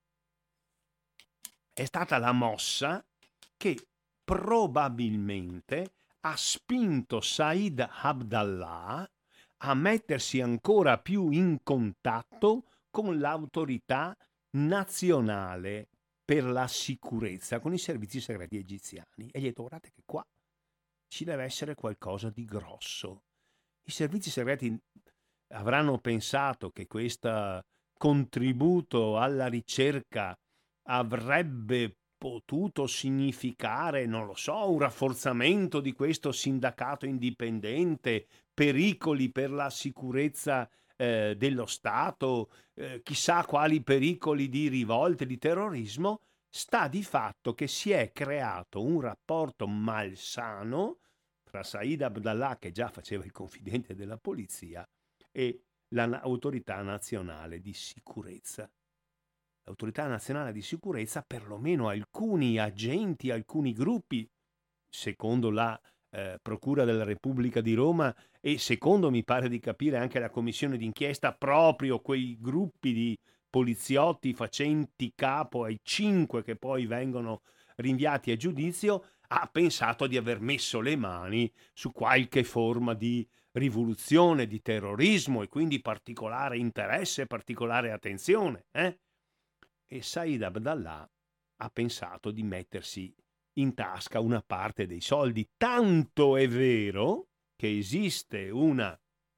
è stata la mossa che probabilmente ha spinto Said Abdallah a mettersi ancora più in contatto con l'autorità nazionale per la sicurezza, con i servizi segreti egiziani. E gli ha detto: guardate che qua ci deve essere qualcosa di grosso. I servizi segreti avranno pensato che questo contributo alla ricerca avrebbe potuto significare, non lo so, un rafforzamento di questo sindacato indipendente, pericoli per la sicurezza dello Stato, chissà quali pericoli di rivolte, di terrorismo. Sta di fatto che si è creato un rapporto malsano tra Said Abdallah, che già faceva il confidente della polizia, e l'autorità nazionale di sicurezza. L'autorità nazionale di sicurezza, perlomeno alcuni agenti, alcuni gruppi, secondo la Procura della Repubblica di Roma e secondo, mi pare di capire, anche la commissione d'inchiesta, proprio quei gruppi di poliziotti facenti capo ai 5 che poi vengono rinviati a giudizio, ha pensato di aver messo le mani su qualche forma di rivoluzione, di terrorismo e quindi particolare interesse, particolare attenzione. E Said Abdallah ha pensato di mettersi in tasca una parte dei soldi. Tanto è vero che esiste una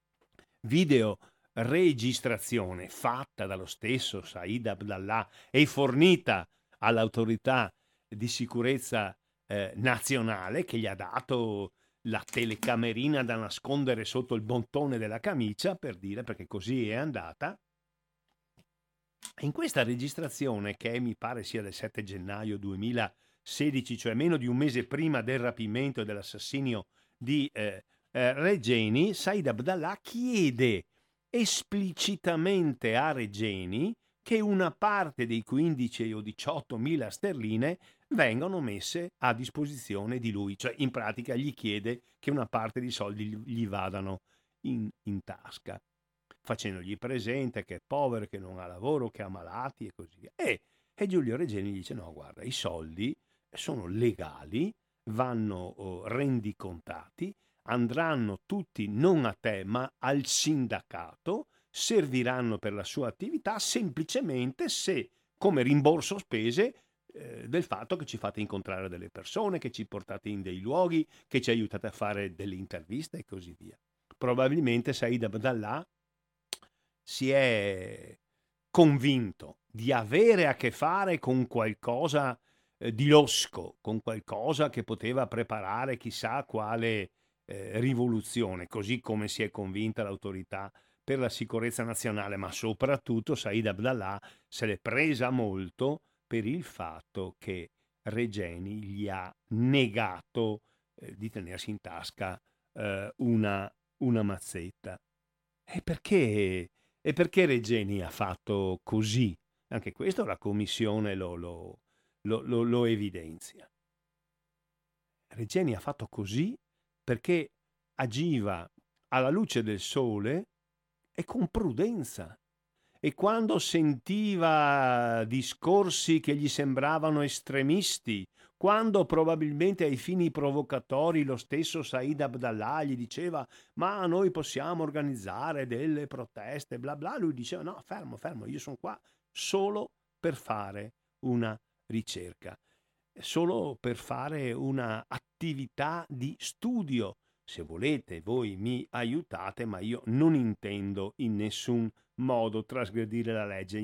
videoregistrazione fatta dallo stesso Said Abdallah e fornita all'autorità di sicurezza nazionale, che gli ha dato la telecamerina da nascondere sotto il bottone della camicia, per dire, perché così è andata. In questa registrazione, che mi pare sia del 7 gennaio 2016, cioè meno di un mese prima del rapimento e dell'assassinio di Regeni, Said Abdallah chiede esplicitamente a Regeni che una parte dei 15 o 18.000 sterline vengano messe a disposizione di lui, cioè in pratica gli chiede che una parte dei soldi gli vadano in tasca, facendogli presente che è povero, che non ha lavoro, che ha malati e così via. E Giulio Regeni gli dice: no, guarda, i soldi sono legali, vanno rendicontati, andranno tutti non a te ma al sindacato, serviranno per la sua attività, semplicemente se come rimborso spese del fatto che ci fate incontrare delle persone, che ci portate in dei luoghi, che ci aiutate a fare delle interviste e così via. Probabilmente Said Abdallah si è convinto di avere a che fare con qualcosa di losco, con qualcosa che poteva preparare chissà quale rivoluzione, così come si è convinta l'autorità per la sicurezza nazionale, ma soprattutto Said Abdallah se l'è presa molto per il fatto che Regeni gli ha negato di tenersi in tasca una mazzetta. E perché, e perché Regeni ha fatto così? Anche questo la commissione lo evidenzia. Regeni ha fatto così perché agiva alla luce del sole e con prudenza. E quando sentiva discorsi che gli sembravano estremisti, quando probabilmente ai fini provocatori lo stesso Said Abdallah gli diceva ma noi possiamo organizzare delle proteste, bla bla, lui diceva no, fermo, fermo, io sono qua solo per fare una ricerca, solo per fare una attività di studio. Se volete voi mi aiutate, ma io non intendo in nessun modo trasgredire la legge,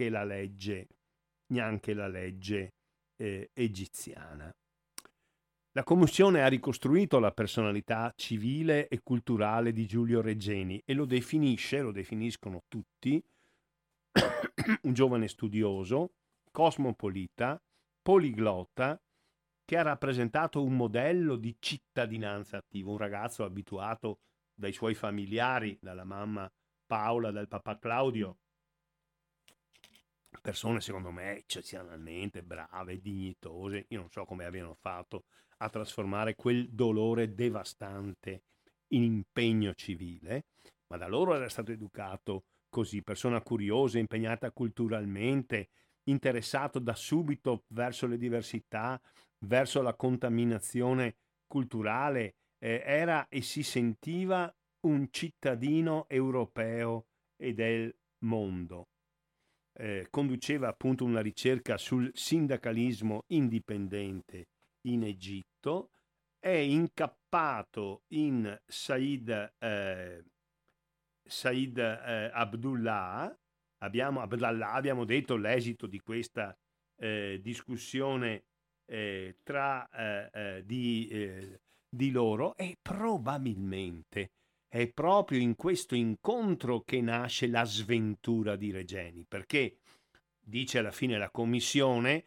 neanche la legge egiziana. La commissione ha ricostruito la personalità civile e culturale di Giulio Regeni e lo definiscono tutti, un giovane studioso, cosmopolita, poliglotta, che ha rappresentato un modello di cittadinanza attiva, un ragazzo abituato dai suoi familiari, dalla mamma Paola, dal papà Claudio, persone secondo me eccezionalmente brave, dignitose. Io non so come abbiano fatto a trasformare quel dolore devastante in impegno civile, ma da loro era stato educato così, persona curiosa, impegnata culturalmente, interessato da subito verso le diversità, verso la contaminazione culturale, era e si sentiva un cittadino europeo e del mondo. Conduceva appunto una ricerca sul sindacalismo indipendente in Egitto, è incappato in Said Abdallah. Abbiamo detto l'esito di questa discussione di loro, e probabilmente è proprio in questo incontro che nasce la sventura di Regeni, perché dice alla fine la commissione: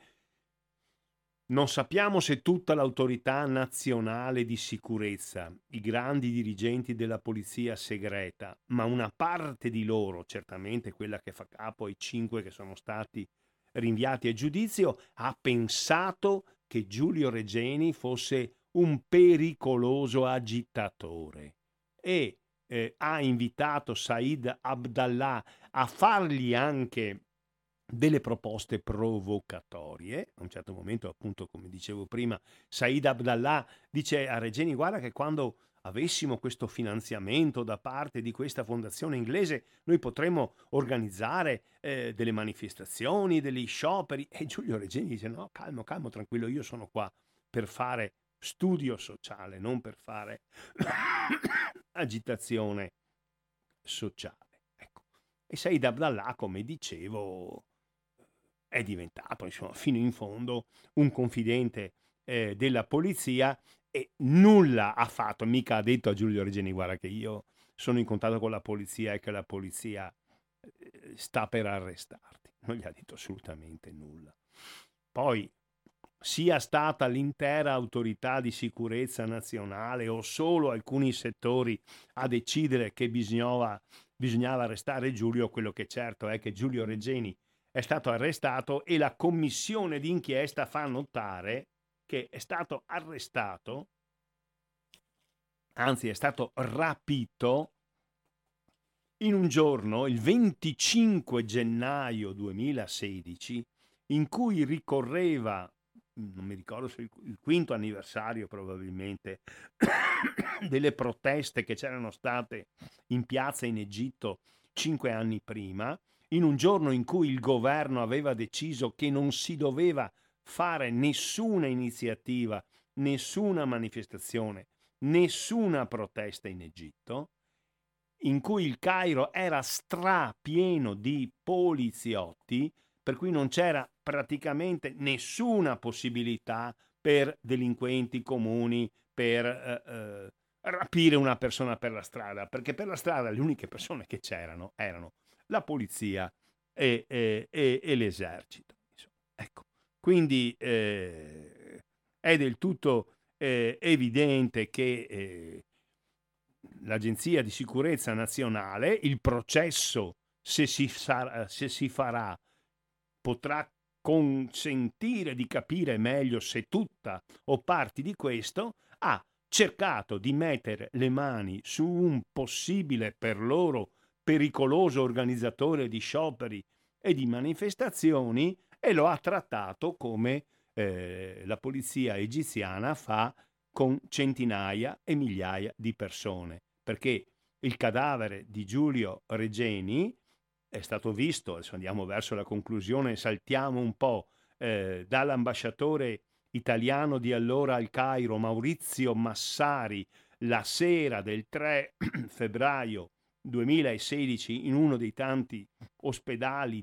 non sappiamo se tutta l'autorità nazionale di sicurezza, i grandi dirigenti della polizia segreta, ma una parte di loro, certamente quella che fa capo ai 5 che sono stati rinviati a giudizio, ha pensato che Giulio Regeni fosse un pericoloso agitatore e ha invitato Said Abdallah a fargli anche delle proposte provocatorie. A un certo momento, appunto, come dicevo prima, Said Abdallah dice a Regeni: guarda che quando avessimo questo finanziamento da parte di questa fondazione inglese noi potremmo organizzare delle manifestazioni, degli scioperi. E Giulio Regeni dice: no, calmo, calmo, tranquillo, io sono qua per fare studio sociale, non per fare agitazione sociale. Ecco. E Said Abdallah, come dicevo, è diventato, insomma, fino in fondo un confidente della polizia, e nulla ha fatto, mica ha detto a Giulio Regeni: guarda che io sono in contatto con la polizia e che la polizia sta per arrestarti. Non gli ha detto assolutamente nulla. Poi, sia stata l'intera autorità di sicurezza nazionale o solo alcuni settori a decidere che bisognava arrestare Giulio, quello che certo è che Giulio Regeni è stato arrestato, e la commissione d'inchiesta fa notare che è stato arrestato, anzi è stato rapito, in un giorno, il 25 gennaio 2016, in cui ricorreva, non mi ricordo se il quinto anniversario probabilmente, delle proteste che c'erano state in piazza in Egitto 5 anni prima, in un giorno in cui il governo aveva deciso che non si doveva fare nessuna iniziativa, nessuna manifestazione, nessuna protesta in Egitto. in cui il Cairo era strapieno di poliziotti, per cui non c'era praticamente nessuna possibilità per delinquenti comuni per rapire una persona per la strada, perché per la strada le uniche persone che c'erano erano la polizia e l'esercito. Insomma, ecco. Quindi è del tutto evidente che l'Agenzia di Sicurezza Nazionale, il processo, se si farà, potrà consentire di capire meglio se tutta o parti di questo, ha cercato di mettere le mani su un possibile per loro pericoloso organizzatore di scioperi e di manifestazioni e lo ha trattato come la polizia egiziana fa con centinaia e migliaia di persone, perché il cadavere di Giulio Regeni è stato visto, adesso andiamo verso la conclusione, saltiamo un po', dall'ambasciatore italiano di allora al Cairo, Maurizio Massari, la sera del 3 febbraio 2016 in uno dei tanti ospedali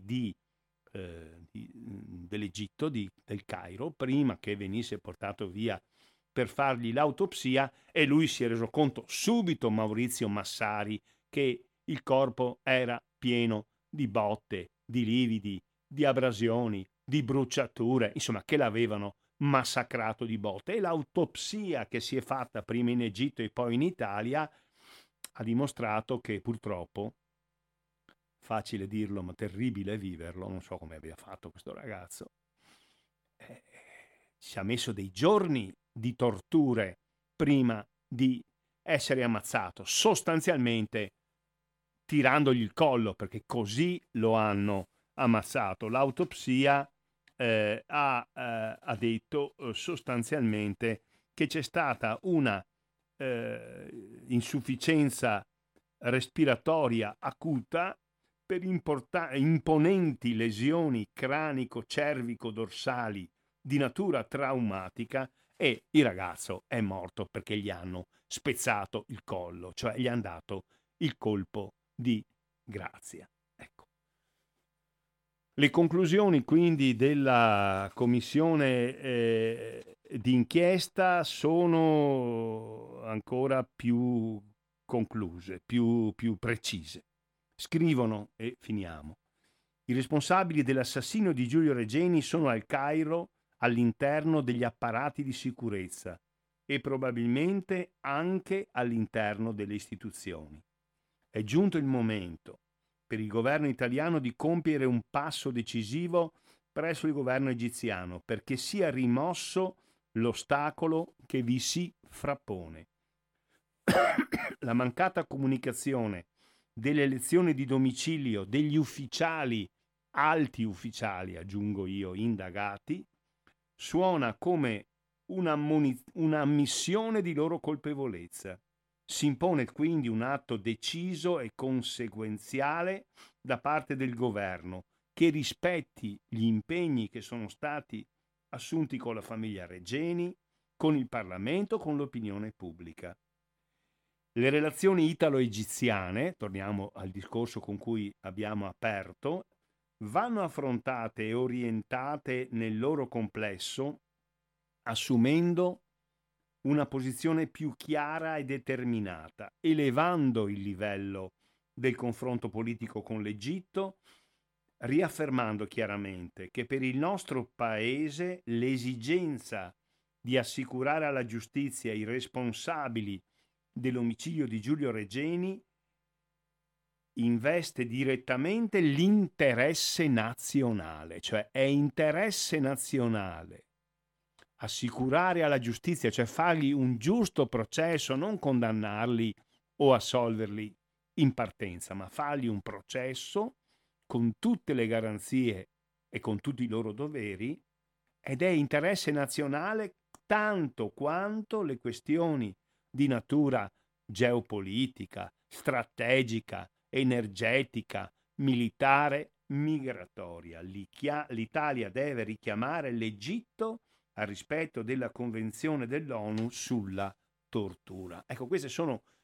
dell'Egitto, del Cairo, prima che venisse portato via per fargli l'autopsia, e lui si è reso conto subito, Maurizio Massari, che il corpo era pieno di botte, di lividi, di abrasioni, di bruciature, insomma che l'avevano massacrato di botte. E l'autopsia che si è fatta prima in Egitto e poi in Italia ha dimostrato che purtroppo, facile dirlo ma terribile viverlo, non so come abbia fatto questo ragazzo, ci ha messo dei giorni di torture prima di essere ammazzato, sostanzialmente tirandogli il collo, perché così lo hanno ammazzato. L'autopsia ha detto sostanzialmente che c'è stata una insufficienza respiratoria acuta per imponenti lesioni cranico-cervico-dorsali di natura traumatica, e il ragazzo è morto perché gli hanno spezzato il collo, cioè gli hanno dato il colpo di grazia. Ecco. Le conclusioni quindi della commissione d'inchiesta sono ancora più concluse, più precise. Scrivono, e finiamo: i responsabili dell'assassinio di Giulio Regeni sono al Cairo, all'interno degli apparati di sicurezza e probabilmente anche all'interno delle istituzioni. È giunto il momento per il governo italiano di compiere un passo decisivo presso il governo egiziano perché sia rimosso l'ostacolo che vi si frappone. La mancata comunicazione delle elezioni di domicilio degli ufficiali, alti ufficiali, aggiungo io, indagati, suona come un'ammissione di loro colpevolezza. Si impone quindi un atto deciso e conseguenziale da parte del governo che rispetti gli impegni che sono stati assunti con la famiglia Regeni, con il Parlamento, con l'opinione pubblica. Le relazioni italo-egiziane, torniamo al discorso con cui abbiamo aperto, vanno affrontate e orientate nel loro complesso assumendo una posizione più chiara e determinata, elevando il livello del confronto politico con l'Egitto, riaffermando chiaramente che per il nostro Paese l'esigenza di assicurare alla giustizia i responsabili dell'omicidio di Giulio Regeni investe direttamente l'interesse nazionale, cioè è interesse nazionale assicurare alla giustizia, cioè fargli un giusto processo, non condannarli o assolverli in partenza, ma fargli un processo con tutte le garanzie e con tutti i loro doveri, ed è interesse nazionale tanto quanto le questioni di natura geopolitica, strategica, energetica, militare, migratoria. L'Italia deve richiamare l'Egitto al rispetto della Convenzione dell'ONU sulla tortura. Ecco, queste sono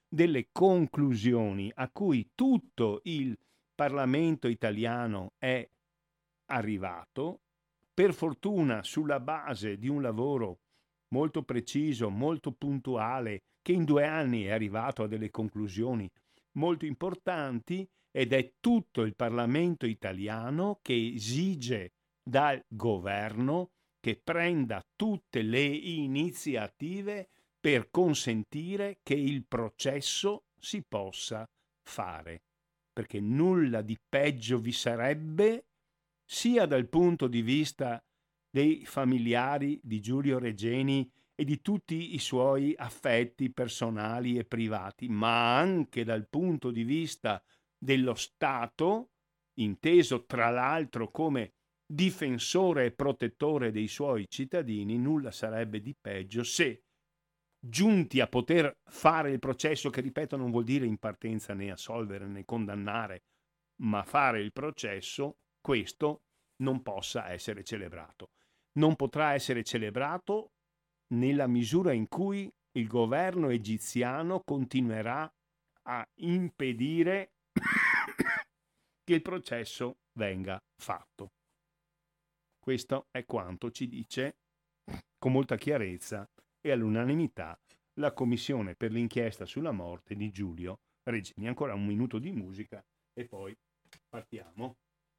delle conclusioni a cui tutto il Parlamento italiano è arrivato, per fortuna sulla base di un lavoro molto preciso, molto puntuale, che in 2 anni è arrivato a delle conclusioni molto importanti, ed è tutto il Parlamento italiano che esige dal governo che prenda tutte le iniziative per consentire che il processo si possa fare, perché nulla di peggio vi sarebbe sia dal punto di vista dei familiari di Giulio Regeni e di tutti i suoi affetti personali e privati, ma anche dal punto di vista dello Stato, inteso tra l'altro come difensore e protettore dei suoi cittadini. Nulla sarebbe di peggio se, giunti a poter fare il processo, che ripeto non vuol dire in partenza né assolvere né condannare, ma fare il processo, questo non possa essere celebrato. Non potrà essere celebrato nella misura in cui il governo egiziano continuerà a impedire che il processo venga fatto. Questo è quanto ci dice con molta chiarezza e all'unanimità la Commissione per l'inchiesta sulla morte di Giulio Regeni. Ancora un minuto di musica e poi partiamo.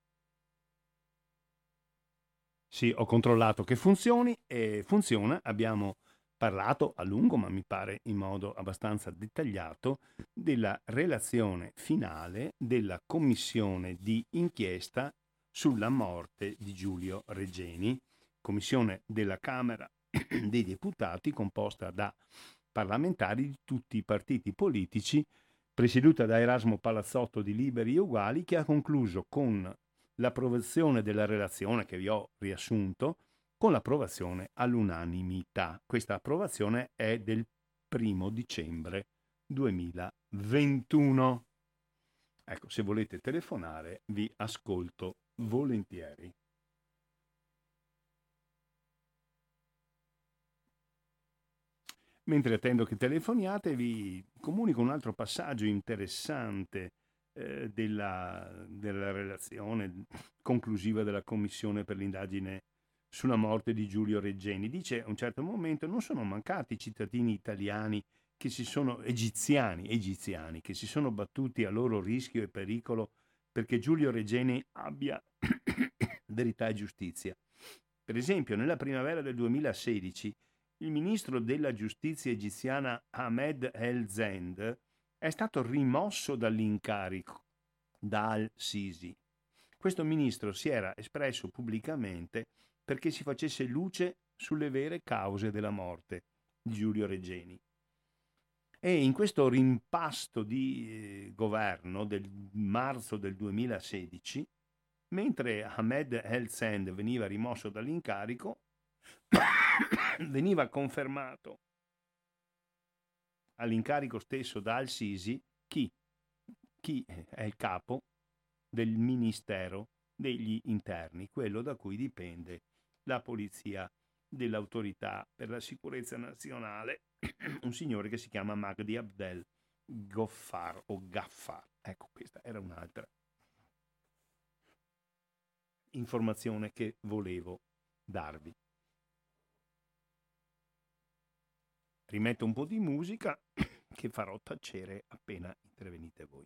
Sì, ho controllato che funzioni e funziona. Abbiamo parlato a lungo, ma mi pare in modo abbastanza dettagliato, della relazione finale della commissione di inchiesta sulla morte di Giulio Regeni, commissione della Camera dei Deputati composta da parlamentari di tutti i partiti politici, presieduta da Erasmo Palazzotto di Liberi e Uguali, che ha concluso con l'approvazione della relazione che vi ho riassunto, con l'approvazione all'unanimità. Questa approvazione è del 1° dicembre 2021. Ecco, se volete telefonare vi ascolto volentieri. Mentre attendo che telefoniate vi comunico un altro passaggio interessante della relazione conclusiva della Commissione per l'indagine sulla morte di Giulio Regeni. Dice a un certo momento: non sono mancati cittadini italiani che egiziani che si sono battuti a loro rischio e pericolo perché Giulio Regeni abbia verità e giustizia. Per esempio, nella primavera del 2016 il ministro della giustizia egiziana Ahmed El Zend è stato rimosso dall'incarico da Al-Sisi. Questo ministro si era espresso pubblicamente perché si facesse luce sulle vere cause della morte di Giulio Regeni. E in questo rimpasto di governo del marzo del 2016, mentre Ahmed El Zend veniva rimosso dall'incarico, veniva confermato all'incarico stesso da Al-Sisi chi è il capo del Ministero degli Interni, quello da cui dipende la polizia dell'autorità per la sicurezza nazionale, un signore che si chiama Magdi Abdel Ghaffar o Gaffar. Ecco, questa era un'altra informazione che volevo darvi. Rimetto un po' di musica che farò tacere appena intervenite voi.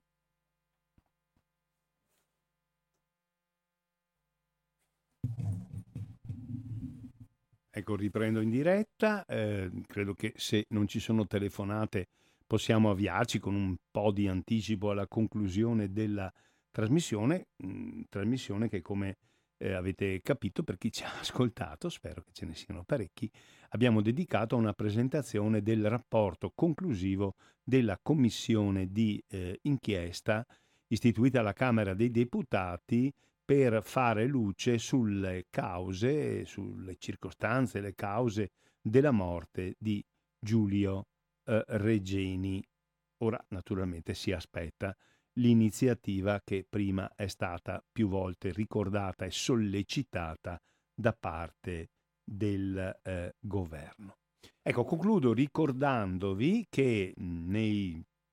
Ecco, riprendo in diretta. Credo che se non ci sono telefonate possiamo avviarci con un po' di anticipo alla conclusione della trasmissione, trasmissione che, come avete capito, per chi ci ha ascoltato, spero che ce ne siano parecchi, abbiamo dedicato a una presentazione del rapporto conclusivo della commissione di inchiesta istituita alla Camera dei Deputati per fare luce sulle cause, sulle circostanze, le cause della morte di Giulio Regeni. Ora naturalmente si aspetta l'iniziativa che prima è stata più volte ricordata e sollecitata da parte del governo. Ecco, concludo ricordandovi che nei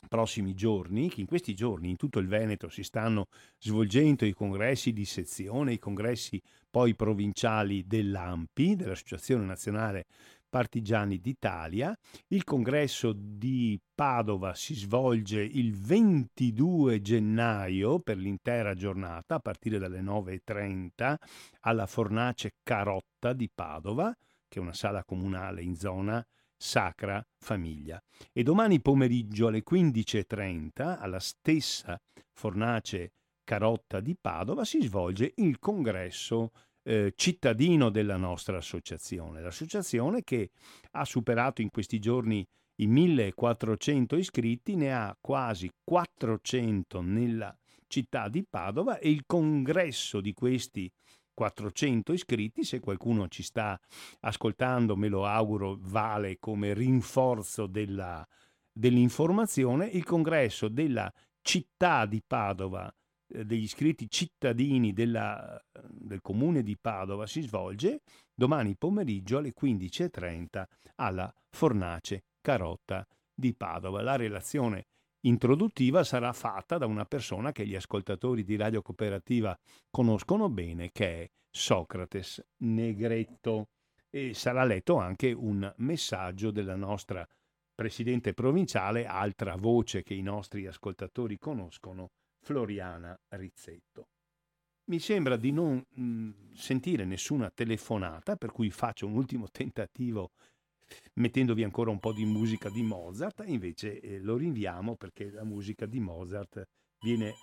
prossimi giorni, che in questi giorni in tutto il Veneto si stanno svolgendo i congressi di sezione, i congressi poi provinciali dell'ANPI, dell'Associazione Nazionale Partigiani d'Italia. Il congresso di Padova si svolge il 22 gennaio per l'intera giornata, a partire dalle 9:30 alla Fornace Carotta di Padova, che è una sala comunale in zona Sacra Famiglia. E domani pomeriggio alle 15:30 alla stessa Fornace Carotta di Padova si svolge il congresso cittadino della nostra associazione. L'associazione che ha superato in questi giorni i 1400 iscritti, ne ha quasi 400 nella città di Padova, e il congresso di questi 400 iscritti, se qualcuno ci sta ascoltando, me lo auguro, vale come rinforzo dell'informazione. Il congresso della città di Padova, degli iscritti cittadini del comune di Padova, si svolge domani pomeriggio alle 15:30 alla Fornace Carotta di Padova. La relazione introduttiva sarà fatta da una persona che gli ascoltatori di Radio Cooperativa conoscono bene, che è Socrates Negretto, e sarà letto anche un messaggio della nostra presidente provinciale, altra voce che i nostri ascoltatori conoscono, Floriana Rizzetto. Mi sembra di non sentire nessuna telefonata, per cui faccio un ultimo tentativo mettendovi ancora un po' di musica di Mozart, e invece lo rinviamo perché la musica di Mozart viene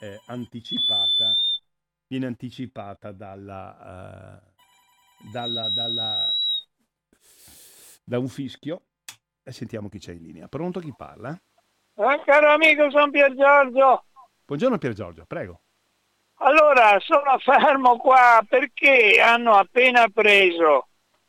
anticipata da un fischio, e sentiamo chi c'è in linea. Pronto, chi parla? Caro amico, sono Pier Giorgio. Buongiorno Pier Giorgio, prego. Allora, sono fermo qua perché hanno appena preso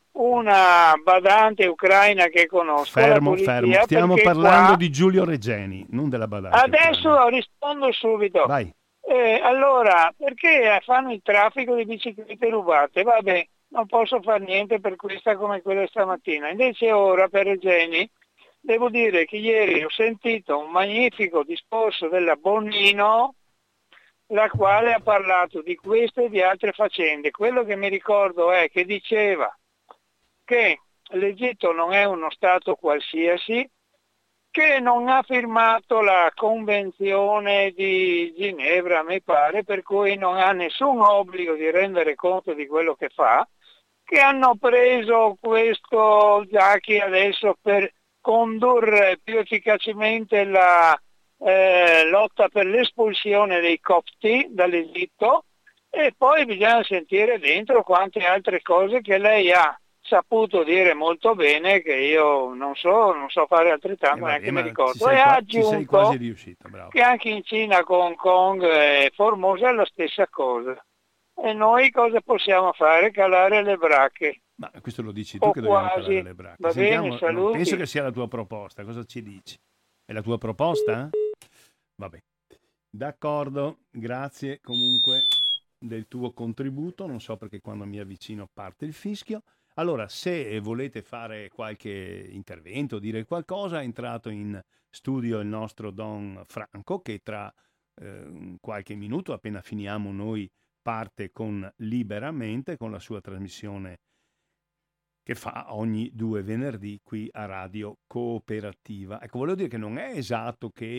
una badante ucraina che conosco. Fermo. Stiamo parlando qua... di Giulio Regeni, non della badante. Adesso ucraina. rispondo subito. Vai. Allora, perché fanno il traffico di biciclette rubate? Vabbè, non posso fare niente per questa come quella stamattina. Invece ora per Regeni devo dire che ieri ho sentito un magnifico discorso della Bonino, la quale ha parlato di queste e di altre faccende. Quello che mi ricordo è che diceva che l'Egitto non è uno Stato qualsiasi, che non ha firmato la Convenzione di Ginevra, mi pare, per cui non ha nessun obbligo di rendere conto di quello che fa, che hanno preso questo Zaki adesso per condurre più efficacemente la lotta per l'espulsione dei copti dall'Egitto, e poi bisogna sentire dentro quante altre cose che lei ha saputo dire molto bene, che io non so fare altrettanto, neanche mi ricordo. E ha aggiunto che anche in Cina, con Hong Kong e Formosa è la stessa cosa. E noi cosa possiamo fare? Calare le bracche. Ma questo lo dici tu, che dobbiamo calare le bracche. Va bene, saluti. Penso che sia la tua proposta, cosa ci dici? È la tua proposta? Vabbè, d'accordo, grazie comunque del tuo contributo. Non so perché quando mi avvicino parte il fischio. Allora, se volete fare qualche intervento, dire qualcosa, è entrato in studio il nostro Don Franco, che tra qualche minuto, appena finiamo noi, parte con Liberamente, con la sua trasmissione che fa ogni 2 venerdì qui a Radio Cooperativa. Ecco, volevo dire che non è esatto che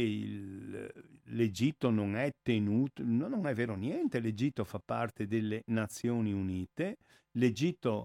l'Egitto non è tenuto, no, non è vero niente, l'Egitto fa parte delle Nazioni Unite, l'Egitto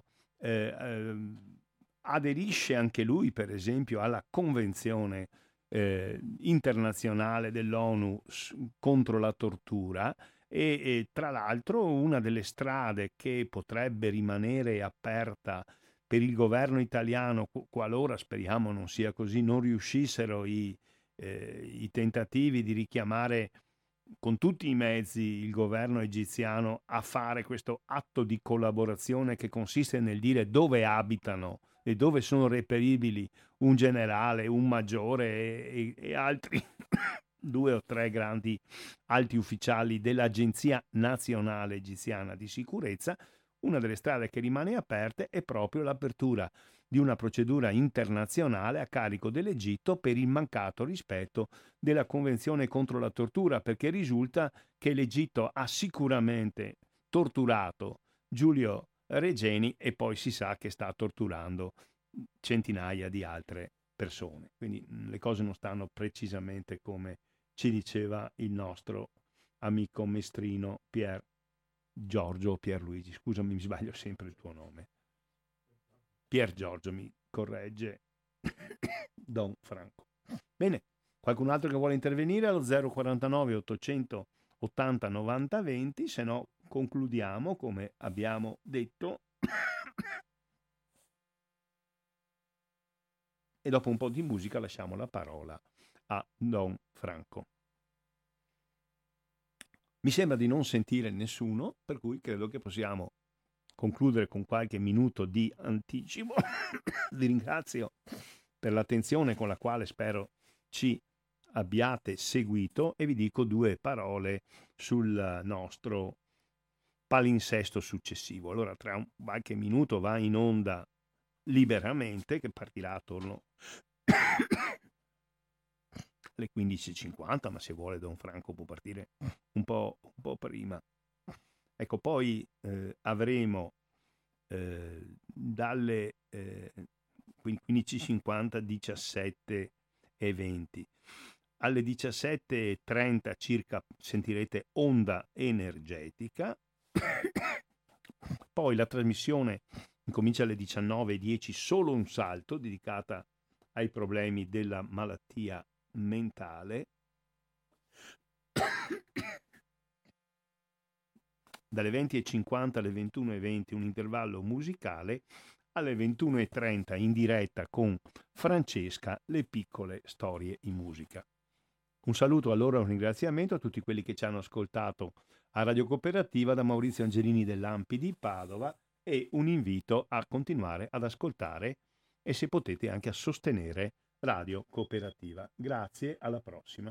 aderisce anche lui, per esempio, alla Convenzione internazionale dell'ONU contro la tortura, e tra l'altro una delle strade che potrebbe rimanere aperta per il governo italiano, qualora, speriamo non sia così, non riuscissero i tentativi di richiamare con tutti i mezzi il governo egiziano a fare questo atto di collaborazione, che consiste nel dire dove abitano e dove sono reperibili un generale, un maggiore e altri 2 o 3 grandi alti ufficiali dell'Agenzia Nazionale Egiziana di Sicurezza. Una delle strade che rimane aperte è proprio l'apertura di una procedura internazionale a carico dell'Egitto per il mancato rispetto della Convenzione contro la tortura, perché risulta che l'Egitto ha sicuramente torturato Giulio Regeni e poi si sa che sta torturando centinaia di altre persone. Quindi le cose non stanno precisamente come ci diceva il nostro amico mestrino Pier Giorgio o Pierluigi, scusami, mi sbaglio sempre il tuo nome. Pier Giorgio mi corregge Don Franco. Bene, qualcun altro che vuole intervenire allo 049 880 90 20, se no concludiamo come abbiamo detto e dopo un po' di musica lasciamo la parola a Don Franco. Mi sembra di non sentire nessuno, per cui credo che possiamo concludere con qualche minuto di anticipo. Vi ringrazio per l'attenzione con la quale spero ci abbiate seguito e vi dico due parole sul nostro palinsesto successivo. Allora, tra qualche minuto va in onda Liberamente, che partirà attorno alle 15:50, ma se vuole Don Franco può partire un po' prima. Ecco, poi avremo dalle 15:50 17:20. Alle 17:30 circa sentirete Onda Energetica. Poi la trasmissione incomincia alle 19:10, Solo un salto, dedicata ai problemi della malattia mentale. Dalle 20:50 alle 21:20 un intervallo musicale, alle 21:30 in diretta con Francesca, le piccole storie in musica. Un saluto allora e un ringraziamento a tutti quelli che ci hanno ascoltato a Radio Cooperativa da Maurizio Angelini dell'Ampi di Padova e un invito a continuare ad ascoltare e se potete anche a sostenere Radio Cooperativa. Grazie, alla prossima.